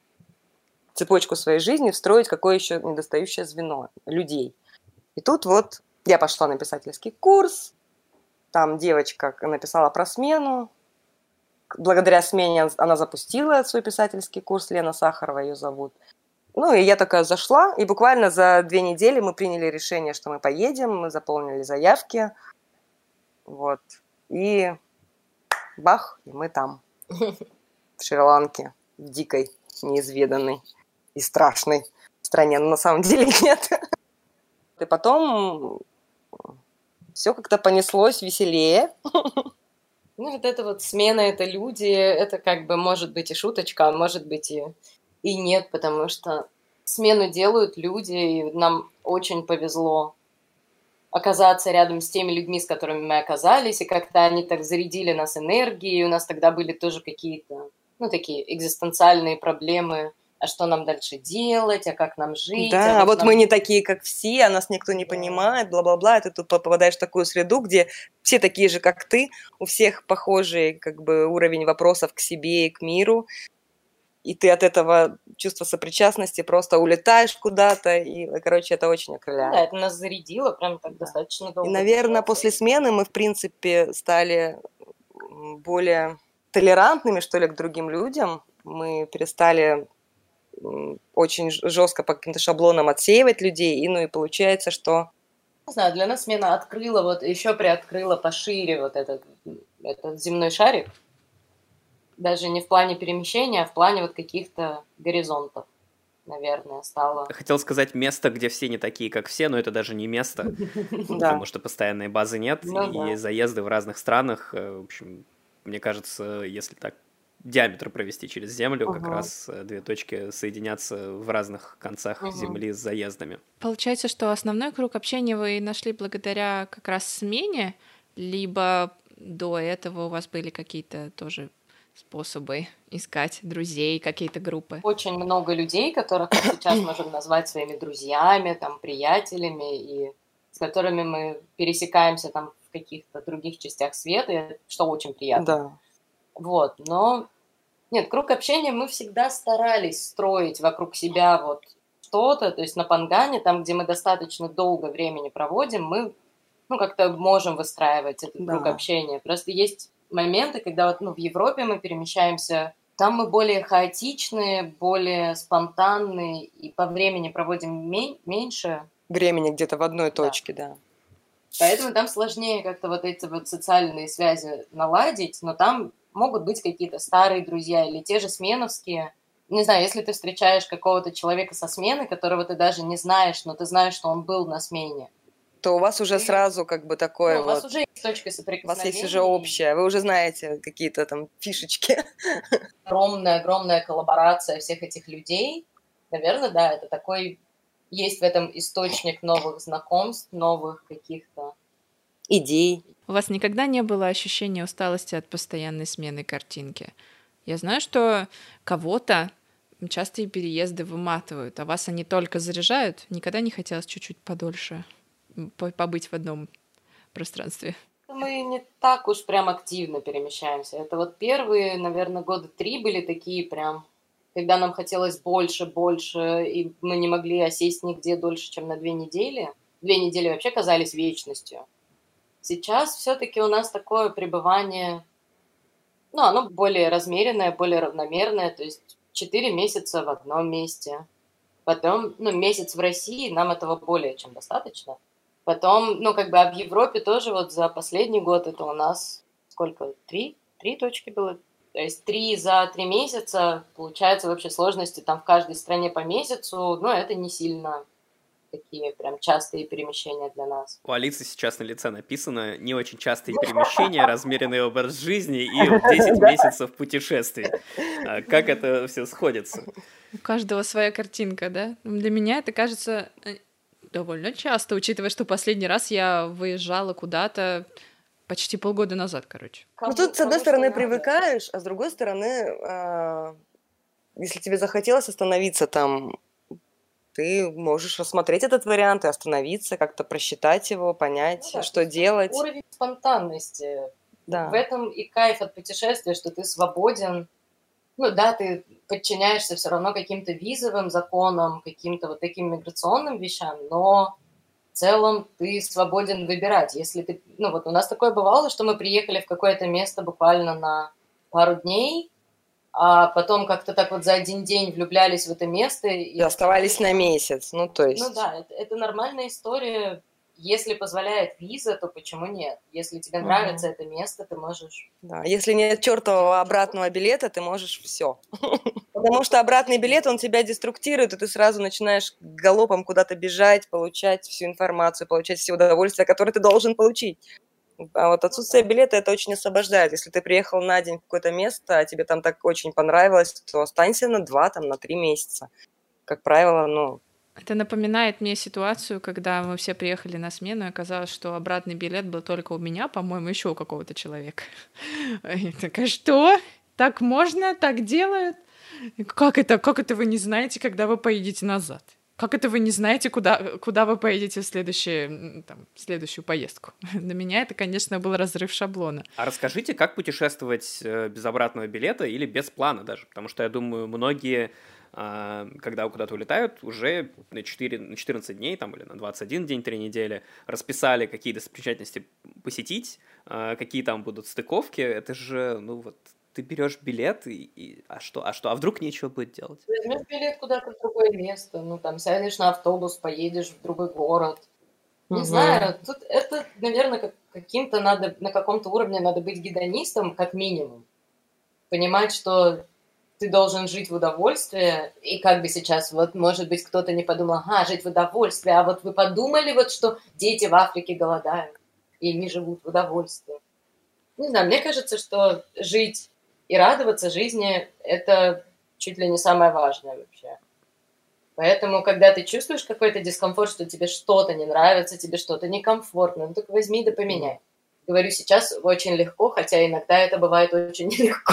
цепочку своей жизни встроить, какое еще недостающее звено людей. И тут вот я пошла на писательский курс, там девочка написала про смену, благодаря смене она запустила свой писательский курс, Лена Сахарова ее зовут. Ну, и я такая зашла, и буквально за две недели мы приняли решение, что мы поедем, мы заполнили заявки, вот, и бах, и мы там, в Шри-Ланке, в дикой, неизведанной и страшной стране, но на самом деле нет. И потом все как-то понеслось веселее. Ну, вот это вот смена, это люди, это как бы может быть и шуточка, а может быть и, и нет, потому что смену делают люди, и нам очень повезло оказаться рядом с теми людьми, с которыми мы оказались, и как-то они так зарядили нас энергией, у нас тогда были тоже какие-то, ну, такие экзистенциальные проблемы, а что нам дальше делать, а как нам жить. Да, а а вот нам... мы не такие, как все, а нас никто не Да. понимает, бла-бла-бла, и ты тут попадаешь в такую среду, где все такие же, как ты, у всех похожий как бы уровень вопросов к себе и к миру, и ты от этого чувства сопричастности просто улетаешь куда-то, и, короче, это очень окрыляет. Да, это нас зарядило прям так Да. достаточно долго. И, наверное, держаться. после смены мы, в принципе, стали более толерантными, что ли, к другим людям. Мы перестали очень жестко по каким-то шаблонам отсеивать людей, и, ну, и получается, что... Не знаю, для нас смена открыла, вот еще приоткрыла пошире вот этот, этот земной шарик. Даже не в плане перемещения, а в плане вот каких-то горизонтов, наверное, стало. Хотел сказать место, где все не такие, как все, но это даже не место, потому что постоянной базы нет, и заезды в разных странах. В общем, мне кажется, если так диаметр провести через Землю, как раз две точки соединятся в разных концах Земли с заездами. Получается, что основной круг общения вы нашли благодаря как раз смене, либо до этого у вас были какие-то тоже способы искать друзей, какие-то группы? Очень много людей, которых мы сейчас можем назвать своими друзьями, там, приятелями, и с которыми мы пересекаемся там в каких-то других частях света, что очень приятно. Да. Вот, но нет, круг общения мы всегда старались строить вокруг себя вот что-то, то есть на Пангане, там, где мы достаточно долго времени проводим, мы, ну, как-то можем выстраивать этот Да. круг общения. Просто есть моменты, когда вот, ну, в Европе мы перемещаемся, там мы более хаотичные, более спонтанные, и по времени проводим мень- меньше. Времени где-то в одной Да. точке, да. Поэтому там сложнее как-то вот эти вот социальные связи наладить, но там могут быть какие-то старые друзья или те же сменовские. Не знаю, если ты встречаешь какого-то человека со смены, которого ты даже не знаешь, но ты знаешь, что он был на смене, То у вас уже И- сразу как бы такое ну, у вас вот... уже есть точка У вас соприкосновения. есть уже общее, вы уже знаете какие-то там фишечки. Огромная-огромная коллаборация всех этих людей. Наверное, да, это такой... Есть в этом источник новых знакомств, новых каких-то... Идей. У вас никогда не было ощущения усталости от постоянной смены картинки? Я знаю, что кого-то частые переезды выматывают, а вас они только заряжают. Никогда не хотелось чуть-чуть подольше по- побыть в одном пространстве? Мы не так уж прям активно перемещаемся. Это вот первые, наверное, года три были такие прям, когда нам хотелось больше, больше, и мы не могли осесть нигде дольше, чем на две недели. Две недели вообще казались вечностью. Сейчас все-таки у нас такое пребывание, ну, оно более размеренное, более равномерное, то есть четыре месяца в одном месте. Потом, ну, месяц в России, нам этого более чем достаточно. Потом, ну, как бы, а в Европе тоже вот за последний год это у нас сколько? Три? Три точки было? То есть три за три месяца, получается, вообще сложности там в каждой стране по месяцу, но это не сильно такие прям частые перемещения для нас. У Алисы сейчас на лице написано «не очень частые перемещения, размеренный образ жизни и вот десять месяцев путешествий». А как это все сходится? У каждого своя картинка, да? Для меня это кажется довольно часто, учитывая, что последний раз я выезжала куда-то почти полгода назад, короче. Ну тут, с одной стороны, привыкаешь, а с другой стороны, а, если тебе захотелось остановиться там, ты можешь рассмотреть этот вариант и остановиться, как-то просчитать его, понять, ну, да, что делать. Уровень спонтанности. Да. В этом и кайф от путешествия, что ты свободен. Ну да, ты подчиняешься все равно каким-то визовым законам, каким-то вот таким миграционным вещам, но в целом ты свободен выбирать. Если ты, ну вот у нас такое бывало, что мы приехали в какое-то место буквально на пару дней, а потом как-то так вот за один день влюблялись в это место. И, и оставались на месяц, ну то есть... Ну да, это, это нормальная история. Если позволяет виза, то почему нет? Если тебе нравится uh-huh. это место, ты можешь... Да, если нет чертового обратного билета, ты можешь все. Потому что обратный билет, он тебя деструктирует, и ты сразу начинаешь галопом куда-то бежать, получать всю информацию, получать все удовольствия, которые ты должен получить. А вот отсутствие билета это очень освобождает. Если ты приехал на день в какое-то место, а тебе там так очень понравилось, то останься на два, там, на три месяца. Как правило, ну... Это напоминает мне ситуацию, когда мы все приехали на смену, и оказалось, что обратный билет был только у меня, по-моему, еще у какого-то человека. Я такая, что? Так можно? Так делают? Как это? Как это вы не знаете, когда вы поедете назад? Как это вы не знаете, куда, куда вы поедете в, следующее, там, в следующую поездку? Для меня это, конечно, был разрыв шаблона. А расскажите, как путешествовать без обратного билета или без плана даже? Потому что, я думаю, многие, когда куда-то улетают, уже на, четыре, на четырнадцать дней там, или на двадцать один день, три недели расписали, какие достопримечательности посетить, какие там будут стыковки. Это же, ну вот... Ты берешь билет, и, и а что, а что, а вдруг нечего будет делать? Возьмешь билет куда-то в другое место, ну там сядешь на автобус, поедешь в другой город. Не угу. знаю, тут это, наверное, как, каким-то надо, на каком-то уровне надо быть гедонистом, как минимум. Понимать, что ты должен жить в удовольствии, и как бы сейчас, вот, может быть, кто-то не подумал, ага, жить в удовольствии, а вот вы подумали, вот, что дети в Африке голодают, и не живут в удовольствии. Не знаю, мне кажется, что жить и радоваться жизни – это чуть ли не самое важное вообще. Поэтому, когда ты чувствуешь какой-то дискомфорт, что тебе что-то не нравится, тебе что-то некомфортно, ну так возьми да поменяй. Говорю сейчас очень легко, хотя иногда это бывает очень нелегко.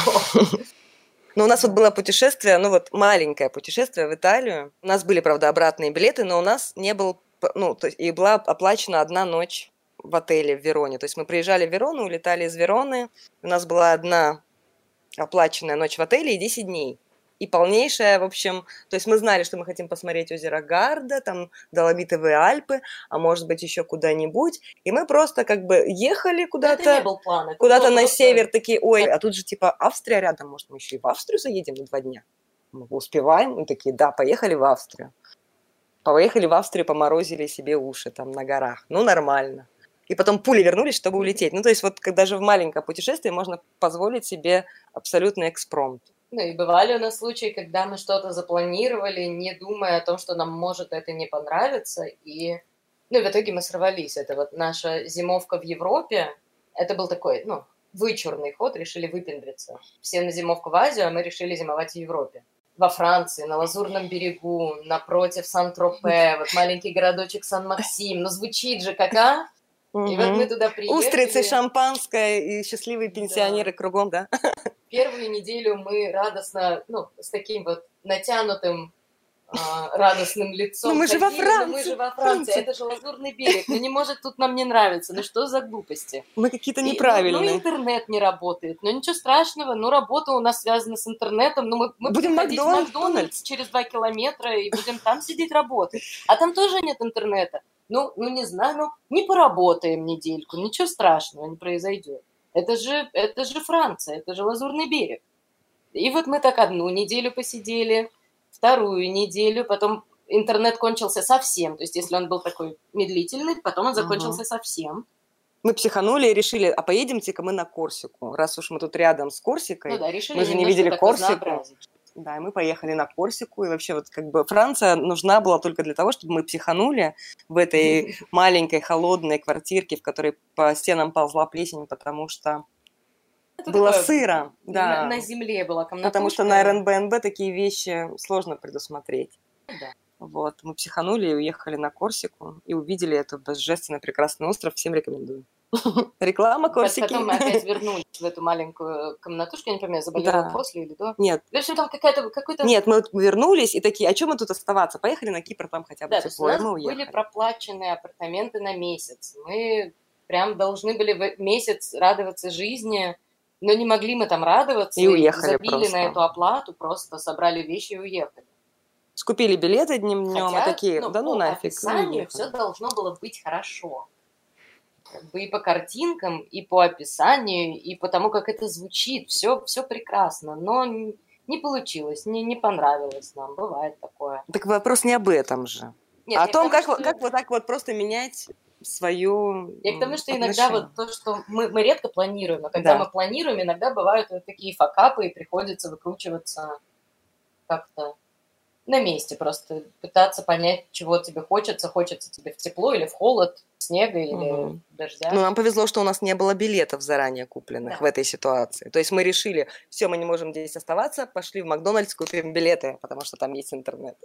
Ну, у нас вот было путешествие, ну вот маленькое путешествие в Италию. У нас были, правда, обратные билеты, но у нас не был, ну, то есть и была оплачена одна ночь в отеле в Вероне. То есть мы приезжали в Верону, улетали из Вероны, у нас была одна оплаченная ночь в отеле и десять дней. И полнейшая, в общем, то есть мы знали, что мы хотим посмотреть озеро Гарда, там Доломитовые Альпы, а может быть еще куда-нибудь. И мы просто как бы ехали куда-то, куда-то на север, такие, ой, а тут же типа Австрия рядом, может мы еще и в Австрию заедем на два дня? Мы успеваем? Мы такие, да, поехали в Австрию. Поехали в Австрию, поморозили себе уши там на горах. Ну, нормально. И потом пули вернулись, чтобы улететь. Ну, то есть вот даже в маленькое путешествие можно позволить себе абсолютный экспромт. Ну, и бывали у нас случаи, когда мы что-то запланировали, не думая о том, что нам может это не понравиться, и, ну, в итоге мы сорвались. Это вот наша зимовка в Европе, это был такой, ну, вычурный ход, решили выпендриться. Все на зимовку в Азию, а мы решили зимовать в Европе. Во Франции, на Лазурном берегу, напротив Сан-Тропе, вот маленький городочек Сан-Максим. Ну, звучит же как, а? Угу. И вот мы туда приехали. Устрицы, шампанское и счастливые пенсионеры да. кругом, да? Первую неделю мы радостно, ну, с таким вот натянутым, а, радостным лицом. Но мы ходили, же во Франции. Мы же во Франции, это же Лазурный берег. Ну не может тут нам не нравиться. Ну что за глупости? Мы какие-то И, неправильные. Ну, ну интернет не работает. Ну ничего страшного, ну работа у нас связана с интернетом. Ну мы, мы будем ходить в Макдональдс через два километра и будем там сидеть работать. А там тоже нет интернета. Ну, ну не знаю, ну не поработаем недельку, ничего страшного не произойдет. Это же, это же Франция, это же Лазурный берег. И вот мы так одну неделю посидели, вторую неделю, потом интернет кончился совсем. То есть если он был такой медлительный, потом он закончился uh-huh. совсем. Мы психанули и решили, а поедемте-ка мы на Корсику. Раз уж мы тут рядом с Корсикой, Ну да, решили мы же не немножко видели так Корсику. разнообразить. Да, и мы поехали на Корсику, и вообще вот как бы Франция нужна была только для того, чтобы мы психанули в этой маленькой холодной квартирке, в которой по стенам ползла плесень, потому что Это было такое, сыро. Да. На, на земле была комната. Потому что на Airbnb такие вещи сложно предусмотреть. Да. Вот, мы психанули и уехали на Корсику, и увидели этот божественно прекрасный остров. Всем рекомендую. Реклама Корсики. Потом мы опять вернулись в эту маленькую комнатушку, я не помню, заболела Да. после или до. Нет. В общем, там какая-то, какой-то... Нет, мы вот вернулись и такие, а чем мы тут оставаться? Поехали на Кипр, там хотя бы Да, то есть у тепло, и нас мы были уехали. проплаченные апартаменты на месяц. Мы прям должны были в месяц радоваться жизни, но не могли мы там радоваться. И уехали забили просто. на эту оплату, просто собрали вещи и уехали. Скупили билеты днем днем, Хотя, и такие, ну, да ну по нафиг. ну, описанию уехали. все должно было быть хорошо. Как бы и по картинкам, и по описанию, и по тому, как это звучит. Все, все прекрасно, но не получилось, не, не понравилось нам. Бывает такое. Так вопрос не об этом же. Нет, а о я том, к тому, как, что- как вот так вот просто менять свою Я к тому, что м, иногда отношение. вот то, что мы, мы редко планируем, но когда Да. мы планируем, иногда бывают вот такие факапы, и приходится выкручиваться как-то на месте, просто пытаться понять, чего тебе хочется. Хочется тебе в тепло или в холод, снега или Мгм. дождя. Ну, нам повезло, что у нас не было билетов заранее купленных Да. в этой ситуации. То есть мы решили, все, мы не можем здесь оставаться, пошли в Макдональдс, купим билеты, потому что там есть интернет.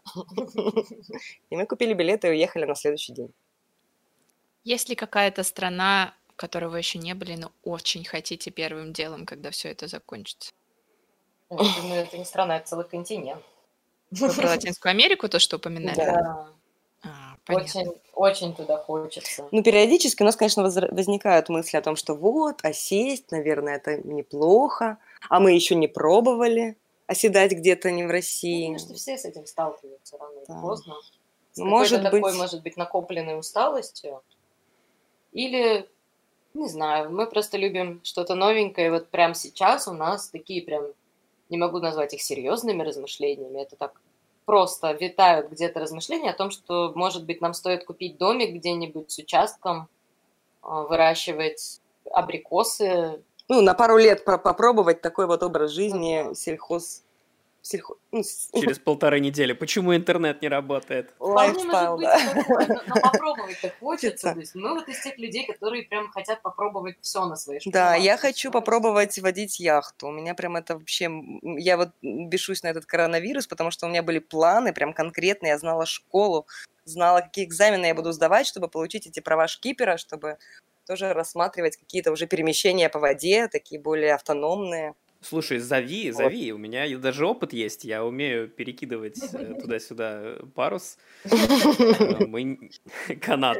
И мы купили билеты и уехали на следующий день. Есть ли какая-то страна, в которой вы еще не были, но очень хотите первым делом, когда все это закончится? Я думаю, это не страна, это целый континент. Вы про Латинскую Америку то, что упоминали? Да. Да, А, понятно. очень, очень туда хочется. Ну, периодически у нас, конечно, возра- возникают мысли о том, что вот, осесть, наверное, это неплохо, а мы еще не пробовали оседать где-то не в Ну, России. потому что все с этим сталкиваются рано или Да. поздно. С Ну, какой-то может такой, быть- может быть, накопленной усталостью. Или, не знаю, мы просто любим что-то новенькое. И вот прямо сейчас у нас такие прям, не могу назвать их серьезными размышлениями, это так просто витают где-то размышления о том, что, может быть, нам стоит купить домик где-нибудь с участком, а, выращивать абрикосы. Ну, на пару лет про- попробовать такой вот образ жизни Ну да. сельхоз... сельхо- ну, с- Через полторы недели. Почему интернет не работает? Вполне лайфстайл, может быть да. и такое, но, но попробовать-то хочется. Хочется. То есть мы вот из тех людей, которые прям хотят попробовать все на своей шкуре. Да, я хочу попробовать водить яхту. У меня прям это вообще... м, Я вот бешусь на этот коронавирус, потому что у меня были планы прям конкретные. Я знала школу, знала, какие экзамены я буду сдавать, чтобы получить эти права шкипера, чтобы тоже рассматривать какие-то уже перемещения по воде, такие более автономные. Слушай, зови, Вот. зови. У меня и даже опыт есть. Я умею перекидывать э, туда-сюда парус. Э, Мы... н- Канат.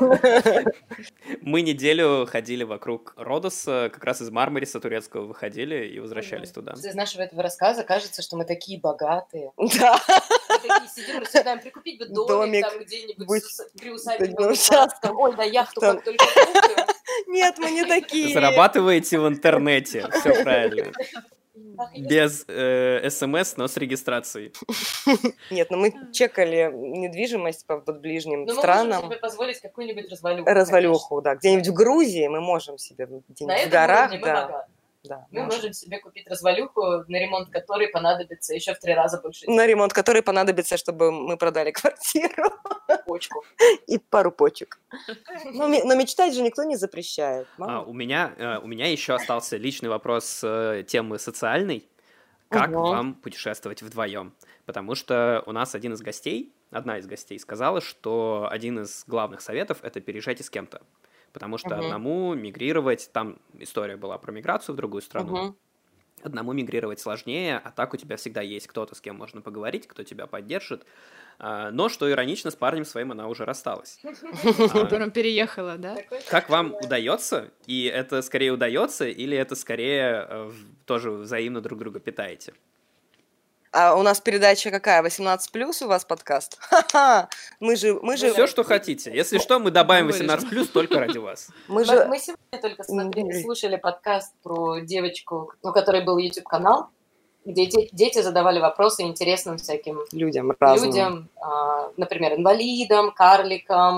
Мы неделю ходили вокруг Родоса, как раз из Мармариса турецкого выходили и возвращались туда. Из нашего этого рассказа кажется, что мы такие богатые. Да, Мы такие сидим, рассуждаем, прикупить бы домик, Домик, там где-нибудь быть с- приусадебным на участком. Ой, да яхту Там. как только куплю. нет, мы не такие. Зарабатываете в интернете. Все правильно. Ах, я Без э, смс, но с регистрацией. Нет, ну мы чекали недвижимость по вот ближним Ну, мы можем странам. себе позволить какую-нибудь развалюху. Развалюху, да. Где-нибудь в Грузии мы можем себе конечно. На где-нибудь в этом горах, уровне мы да. богаты. да Мы можем. можем себе купить развалюху, на ремонт которой понадобится еще в три раза больше На ремонт, который понадобится, чтобы мы продали квартиру почку. и пару почек. Но, ме- но мечтать же никто не запрещает. А, мало. у меня, э, у меня еще остался личный вопрос э, темы социальной. Как Ага. вам путешествовать вдвоем? Потому что у нас один из гостей, одна из гостей сказала, что один из главных советов — это переезжайте с кем-то. Потому что Мгм. одному мигрировать, там история была про миграцию в другую страну, Мгм. одному мигрировать сложнее, а так у тебя всегда есть кто-то, с кем можно поговорить, кто тебя поддержит. А, Но, что иронично, с парнем своим она уже рассталась. С которым переехала, да? Такой Как вам бывает. удается? И это скорее удается, или это скорее э, в- тоже взаимно друг друга питаете? А у нас передача какая? восемнадцать плюс у вас подкаст? Ха-ха! Мы же, мы же, Все, что хотите. Если что, мы добавим Вырежем. восемнадцать плюс только ради вас. мы Мы, же... мы сегодня только смотрели, Мгм. слушали подкаст про девочку, у которой был YouTube-канал, где де- дети задавали вопросы интересным всяким людям разным. людям, а, например, инвалидам, карликам,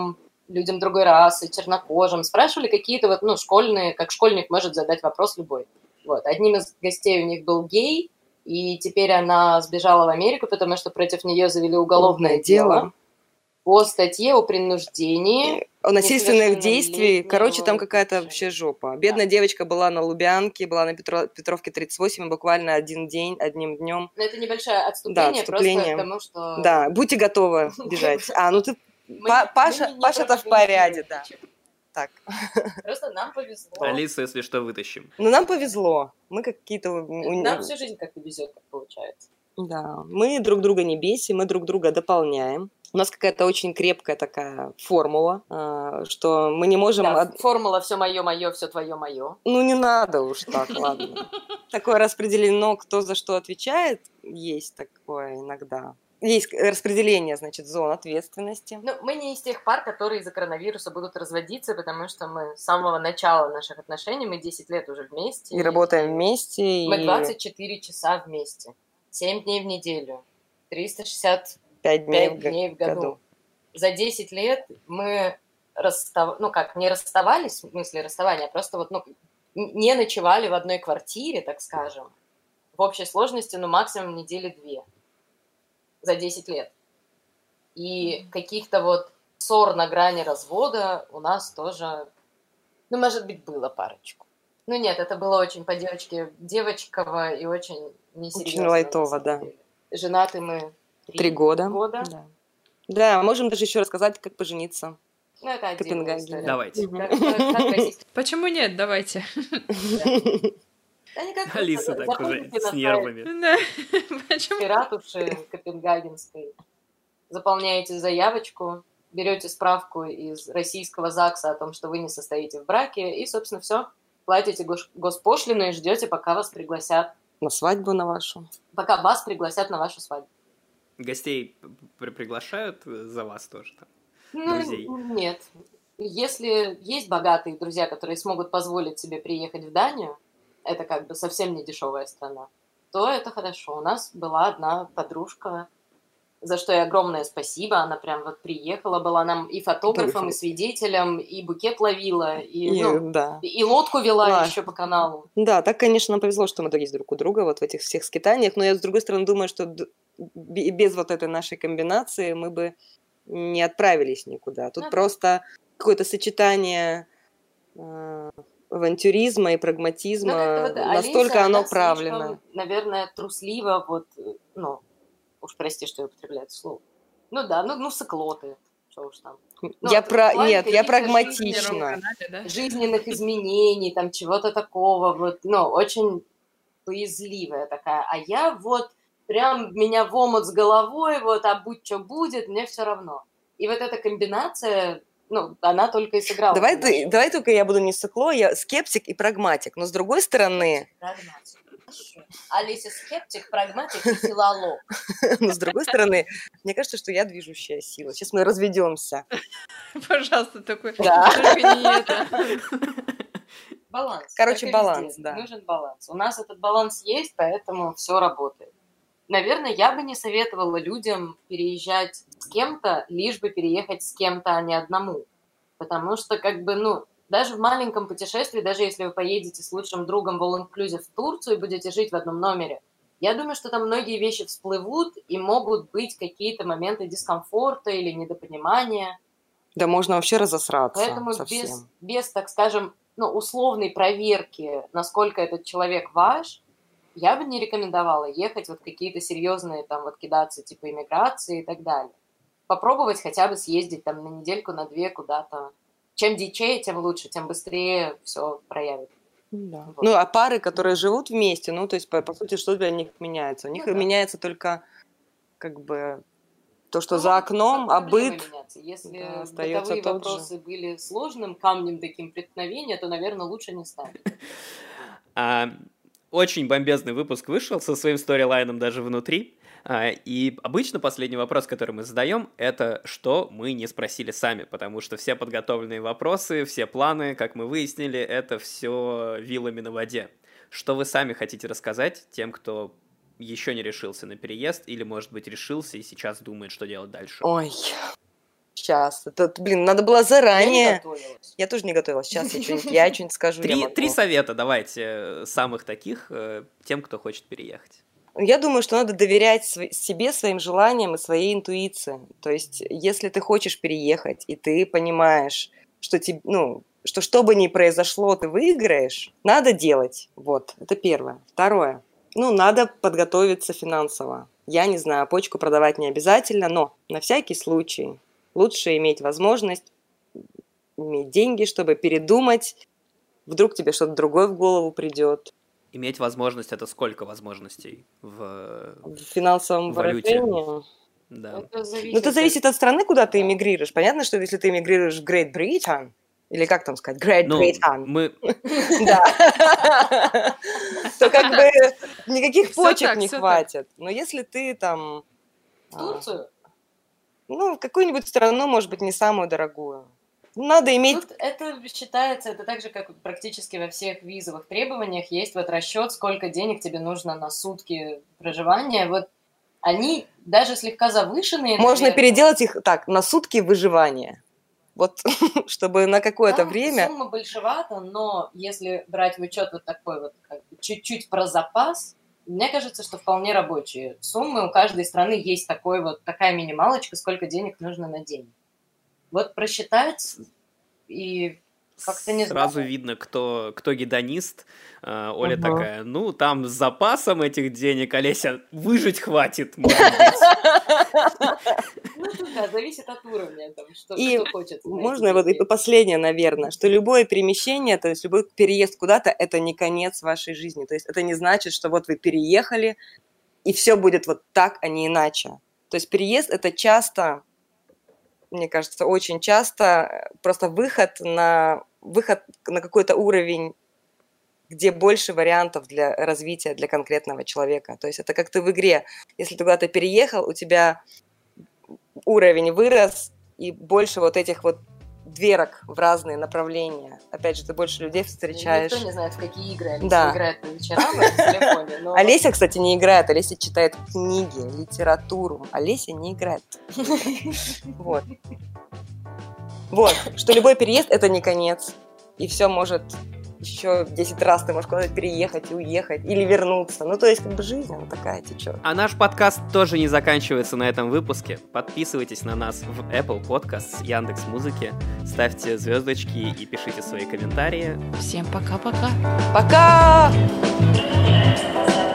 людям другой расы, чернокожим, спрашивали какие-то вот, ну, школьные, как школьник может задать вопрос любой. Вот. Одним из гостей у них был гей, и теперь она сбежала в Америку, потому что против нее завели уголовное дело по статье о принуждении. О насильственных действиях. Короче, там какая-то вообще жопа. Бедная да. девочка была на Лубянке, была на Петро... Петровке тридцать восемь, буквально один день, одним днем. Но это небольшое отступление, да, отступление. Просто к тому, что... Да, будьте готовы бежать. А, ну ты... Паша-то в порядке, да. Так. Просто нам повезло. Алису, если что, вытащим. Ну, нам повезло. Мы какие-то... Нам всю жизнь как-то везет, как получается. Да, мы друг друга не бесим, мы друг друга дополняем. У нас какая-то очень крепкая такая формула, что мы не можем... Да, формула «все мое, мое, все твое, мое». Ну, не надо уж так, ладно. Такое распределено, кто за что отвечает, есть такое иногда. Есть распределение, значит, зон ответственности. Ну, мы не из тех пар, которые из-за коронавируса будут разводиться, потому что мы с самого начала наших отношений, мы десять лет уже вместе. И, и работаем вместе. Мы и... двадцать четыре часа вместе, семь дней в неделю, триста шестьдесят пять дней, дней в году. году. За десять лет мы расстав... ну как, не расставались, в смысле расставания, а просто вот, ну, не ночевали в одной квартире, так скажем. В общей сложности, ну, максимум недели две. За десять лет. И каких-то вот ссор на грани развода у нас тоже, ну, может быть, было парочку. Ну, нет, это было очень по девочке девочково и очень несерьезно. Очень лайтово, да. Женаты мы три, три года. года. Да. Да, можем даже еще рассказать, как пожениться. Ну, это отдельная история. Давайте. Как, как, как Почему нет? Давайте. Алиса так уже с нервами. Да. Почему? Ратуши Копенгагенской. Заполняете заявочку, берете справку из российского ЗАГСа о том, что вы не состоите в браке, и, собственно, все. Платите госпошлину и ждете, пока вас пригласят. На свадьбу на вашу. Пока вас пригласят на вашу свадьбу. Гостей при- приглашают за вас тоже там? Ну, друзей? Нет. Если есть богатые друзья, которые смогут позволить себе приехать в Данию, это как бы совсем не дешевая страна, то это хорошо. У нас была одна подружка, за что ей огромное спасибо. Она прям вот приехала, была нам и фотографом, и свидетелем, и букет ловила, и, и, ну, да. и, и лодку вела да. еще по каналу. Да, так, конечно, нам повезло, что мы есть друг у друга вот в этих всех скитаниях, но я, с другой стороны, думаю, что без вот этой нашей комбинации мы бы не отправились никуда. Тут ну, просто какое-то сочетание э, авантюризма и прагматизма, ну, вот настолько Алиса, оно она правильно. Слишком, наверное, трусливо, вот, ну, уж прости, что я употребляю это слово. Ну да, ну, ну сыклоты, что уж там. Ну, я про... Нет, я прагматична. Да? Жизненных изменений, там, чего-то такого, вот, ну, очень боязливая такая. А я вот прям меня в омут с головой, вот, а будь что будет, мне все равно. И вот эта комбинация, ну, она только и сыграла. Давай, ты, давай только я буду не сыкло, я скептик и прагматик. Но с другой стороны... Прагматик. Алиса скептик, прагматик и филолог. Но с другой стороны, мне кажется, что я движущая сила. Сейчас мы разведемся. Пожалуйста, такой... Да. Баланс. Короче, баланс, да. Нужен баланс. У нас этот баланс есть, поэтому все работает. Наверное, я бы не советовала людям переезжать с кем-то, лишь бы переехать с кем-то, а не одному. Потому что, как бы, ну, даже в маленьком путешествии, даже если вы поедете с лучшим другом в all-inclusive в Турцию и будете жить в одном номере, я думаю, что там многие вещи всплывут, и могут быть какие-то моменты дискомфорта или недопонимания. Да можно вообще разосраться. Поэтому без, без, так скажем, ну, условной проверки, насколько этот человек ваш, я бы не рекомендовала ехать вот какие-то серьезные, там, вот кидаться, типа иммиграции и так далее. Попробовать хотя бы съездить там на недельку, на две куда-то. Чем дичее, тем лучше, тем быстрее все проявит. Да. Вот. Ну, а пары, которые живут вместе, ну, то есть, по, по сути, что для них меняется? У них ну, да. меняется только, как бы, то, что ну, за окном, а быт Если да, остается бытовые тот вопросы же. были сложным камнем таким преткновения, то, наверное, лучше не ставить. Очень бомбезный выпуск вышел со своим сторилайном даже внутри. И обычно последний вопрос, который мы задаем, это что мы не спросили сами, потому что все подготовленные вопросы, все планы, как мы выяснили, это все вилами на воде. Что вы сами хотите рассказать тем, кто еще не решился на переезд или, может быть, решился и сейчас думает, что делать дальше? Ой, сейчас. Это, блин, надо было заранее. Я не готовилась. Я тоже не готовилась. Сейчас я что-нибудь, я что-нибудь скажу. Три, три совета давайте, самых таких, тем, кто хочет переехать. Я думаю, что надо доверять себе, своим желаниям и своей интуиции. То есть, если ты хочешь переехать, и ты понимаешь, что, тебе, ну, что что бы ни произошло, ты выиграешь, надо делать. Вот, это первое. Второе. Ну, надо подготовиться финансово. Я не знаю, почку продавать не обязательно, но на всякий случай лучше иметь возможность, иметь деньги, чтобы передумать. Вдруг тебе что-то другое в голову придет. Иметь возможность — это сколько возможностей в, в финансовом выражении? Да. Это зависит, ну, это зависит от страны, куда ты эмигрируешь. Понятно, что если ты эмигрируешь в Great Britain, или как там сказать, Great ну, Britain, мы... да, то как бы никаких почек не хватит. Но если ты там... В Турцию? Ну, в какую-нибудь страну, может быть, не самую дорогую. Надо иметь... Тут это считается, это так же, как практически во всех визовых требованиях есть вот расчет, сколько денег тебе нужно на сутки проживания. Вот они даже слегка завышенные. Можно наверное. переделать их так, на сутки выживания. Вот, чтобы на какое-то Там время... сумма большевата, но если брать в учет вот такой вот как бы, чуть-чуть про запас, мне кажется, что вполне рабочие суммы. У каждой страны есть такой вот, такая минималочка, сколько денег нужно на день. Вот просчитать и как-то не Сразу знаю. видно, кто, кто гедонист. Оля Ага. такая, ну, там с запасом этих денег, Олеся, выжить хватит, может быть. Ну, да, зависит от уровня, там, что, И кто хочет. можно вот и последнее, наверное, что любое перемещение, то есть любой переезд куда-то, это не конец вашей жизни. То есть это не значит, что вот вы переехали, и все будет вот так, а не иначе. То есть переезд – это часто... Мне кажется, очень часто просто выход на, выход на какой-то уровень, где больше вариантов для развития для конкретного человека. То есть это как ты в игре. Если ты куда-то переехал, у тебя уровень вырос, и больше вот этих вот дверок в разные направления. Опять же, ты больше людей встречаешь. Никто не знает, в какие игры Олеся Да. играет по вечерам на телефоне. Но... Олеся, кстати, не играет. Олеся читает книги, литературу. Олеся не играет. Вот. Вот. Что любой переезд – это не конец. И все может еще десять раз ты можешь куда-то переехать и уехать. Или вернуться. Ну, то есть, как бы жизнь, она такая течет. А наш подкаст тоже не заканчивается на этом выпуске. Подписывайтесь на нас в Apple Podcasts, Яндекс.Музыке, ставьте звездочки и пишите свои комментарии. Всем пока-пока. Пока! Пока!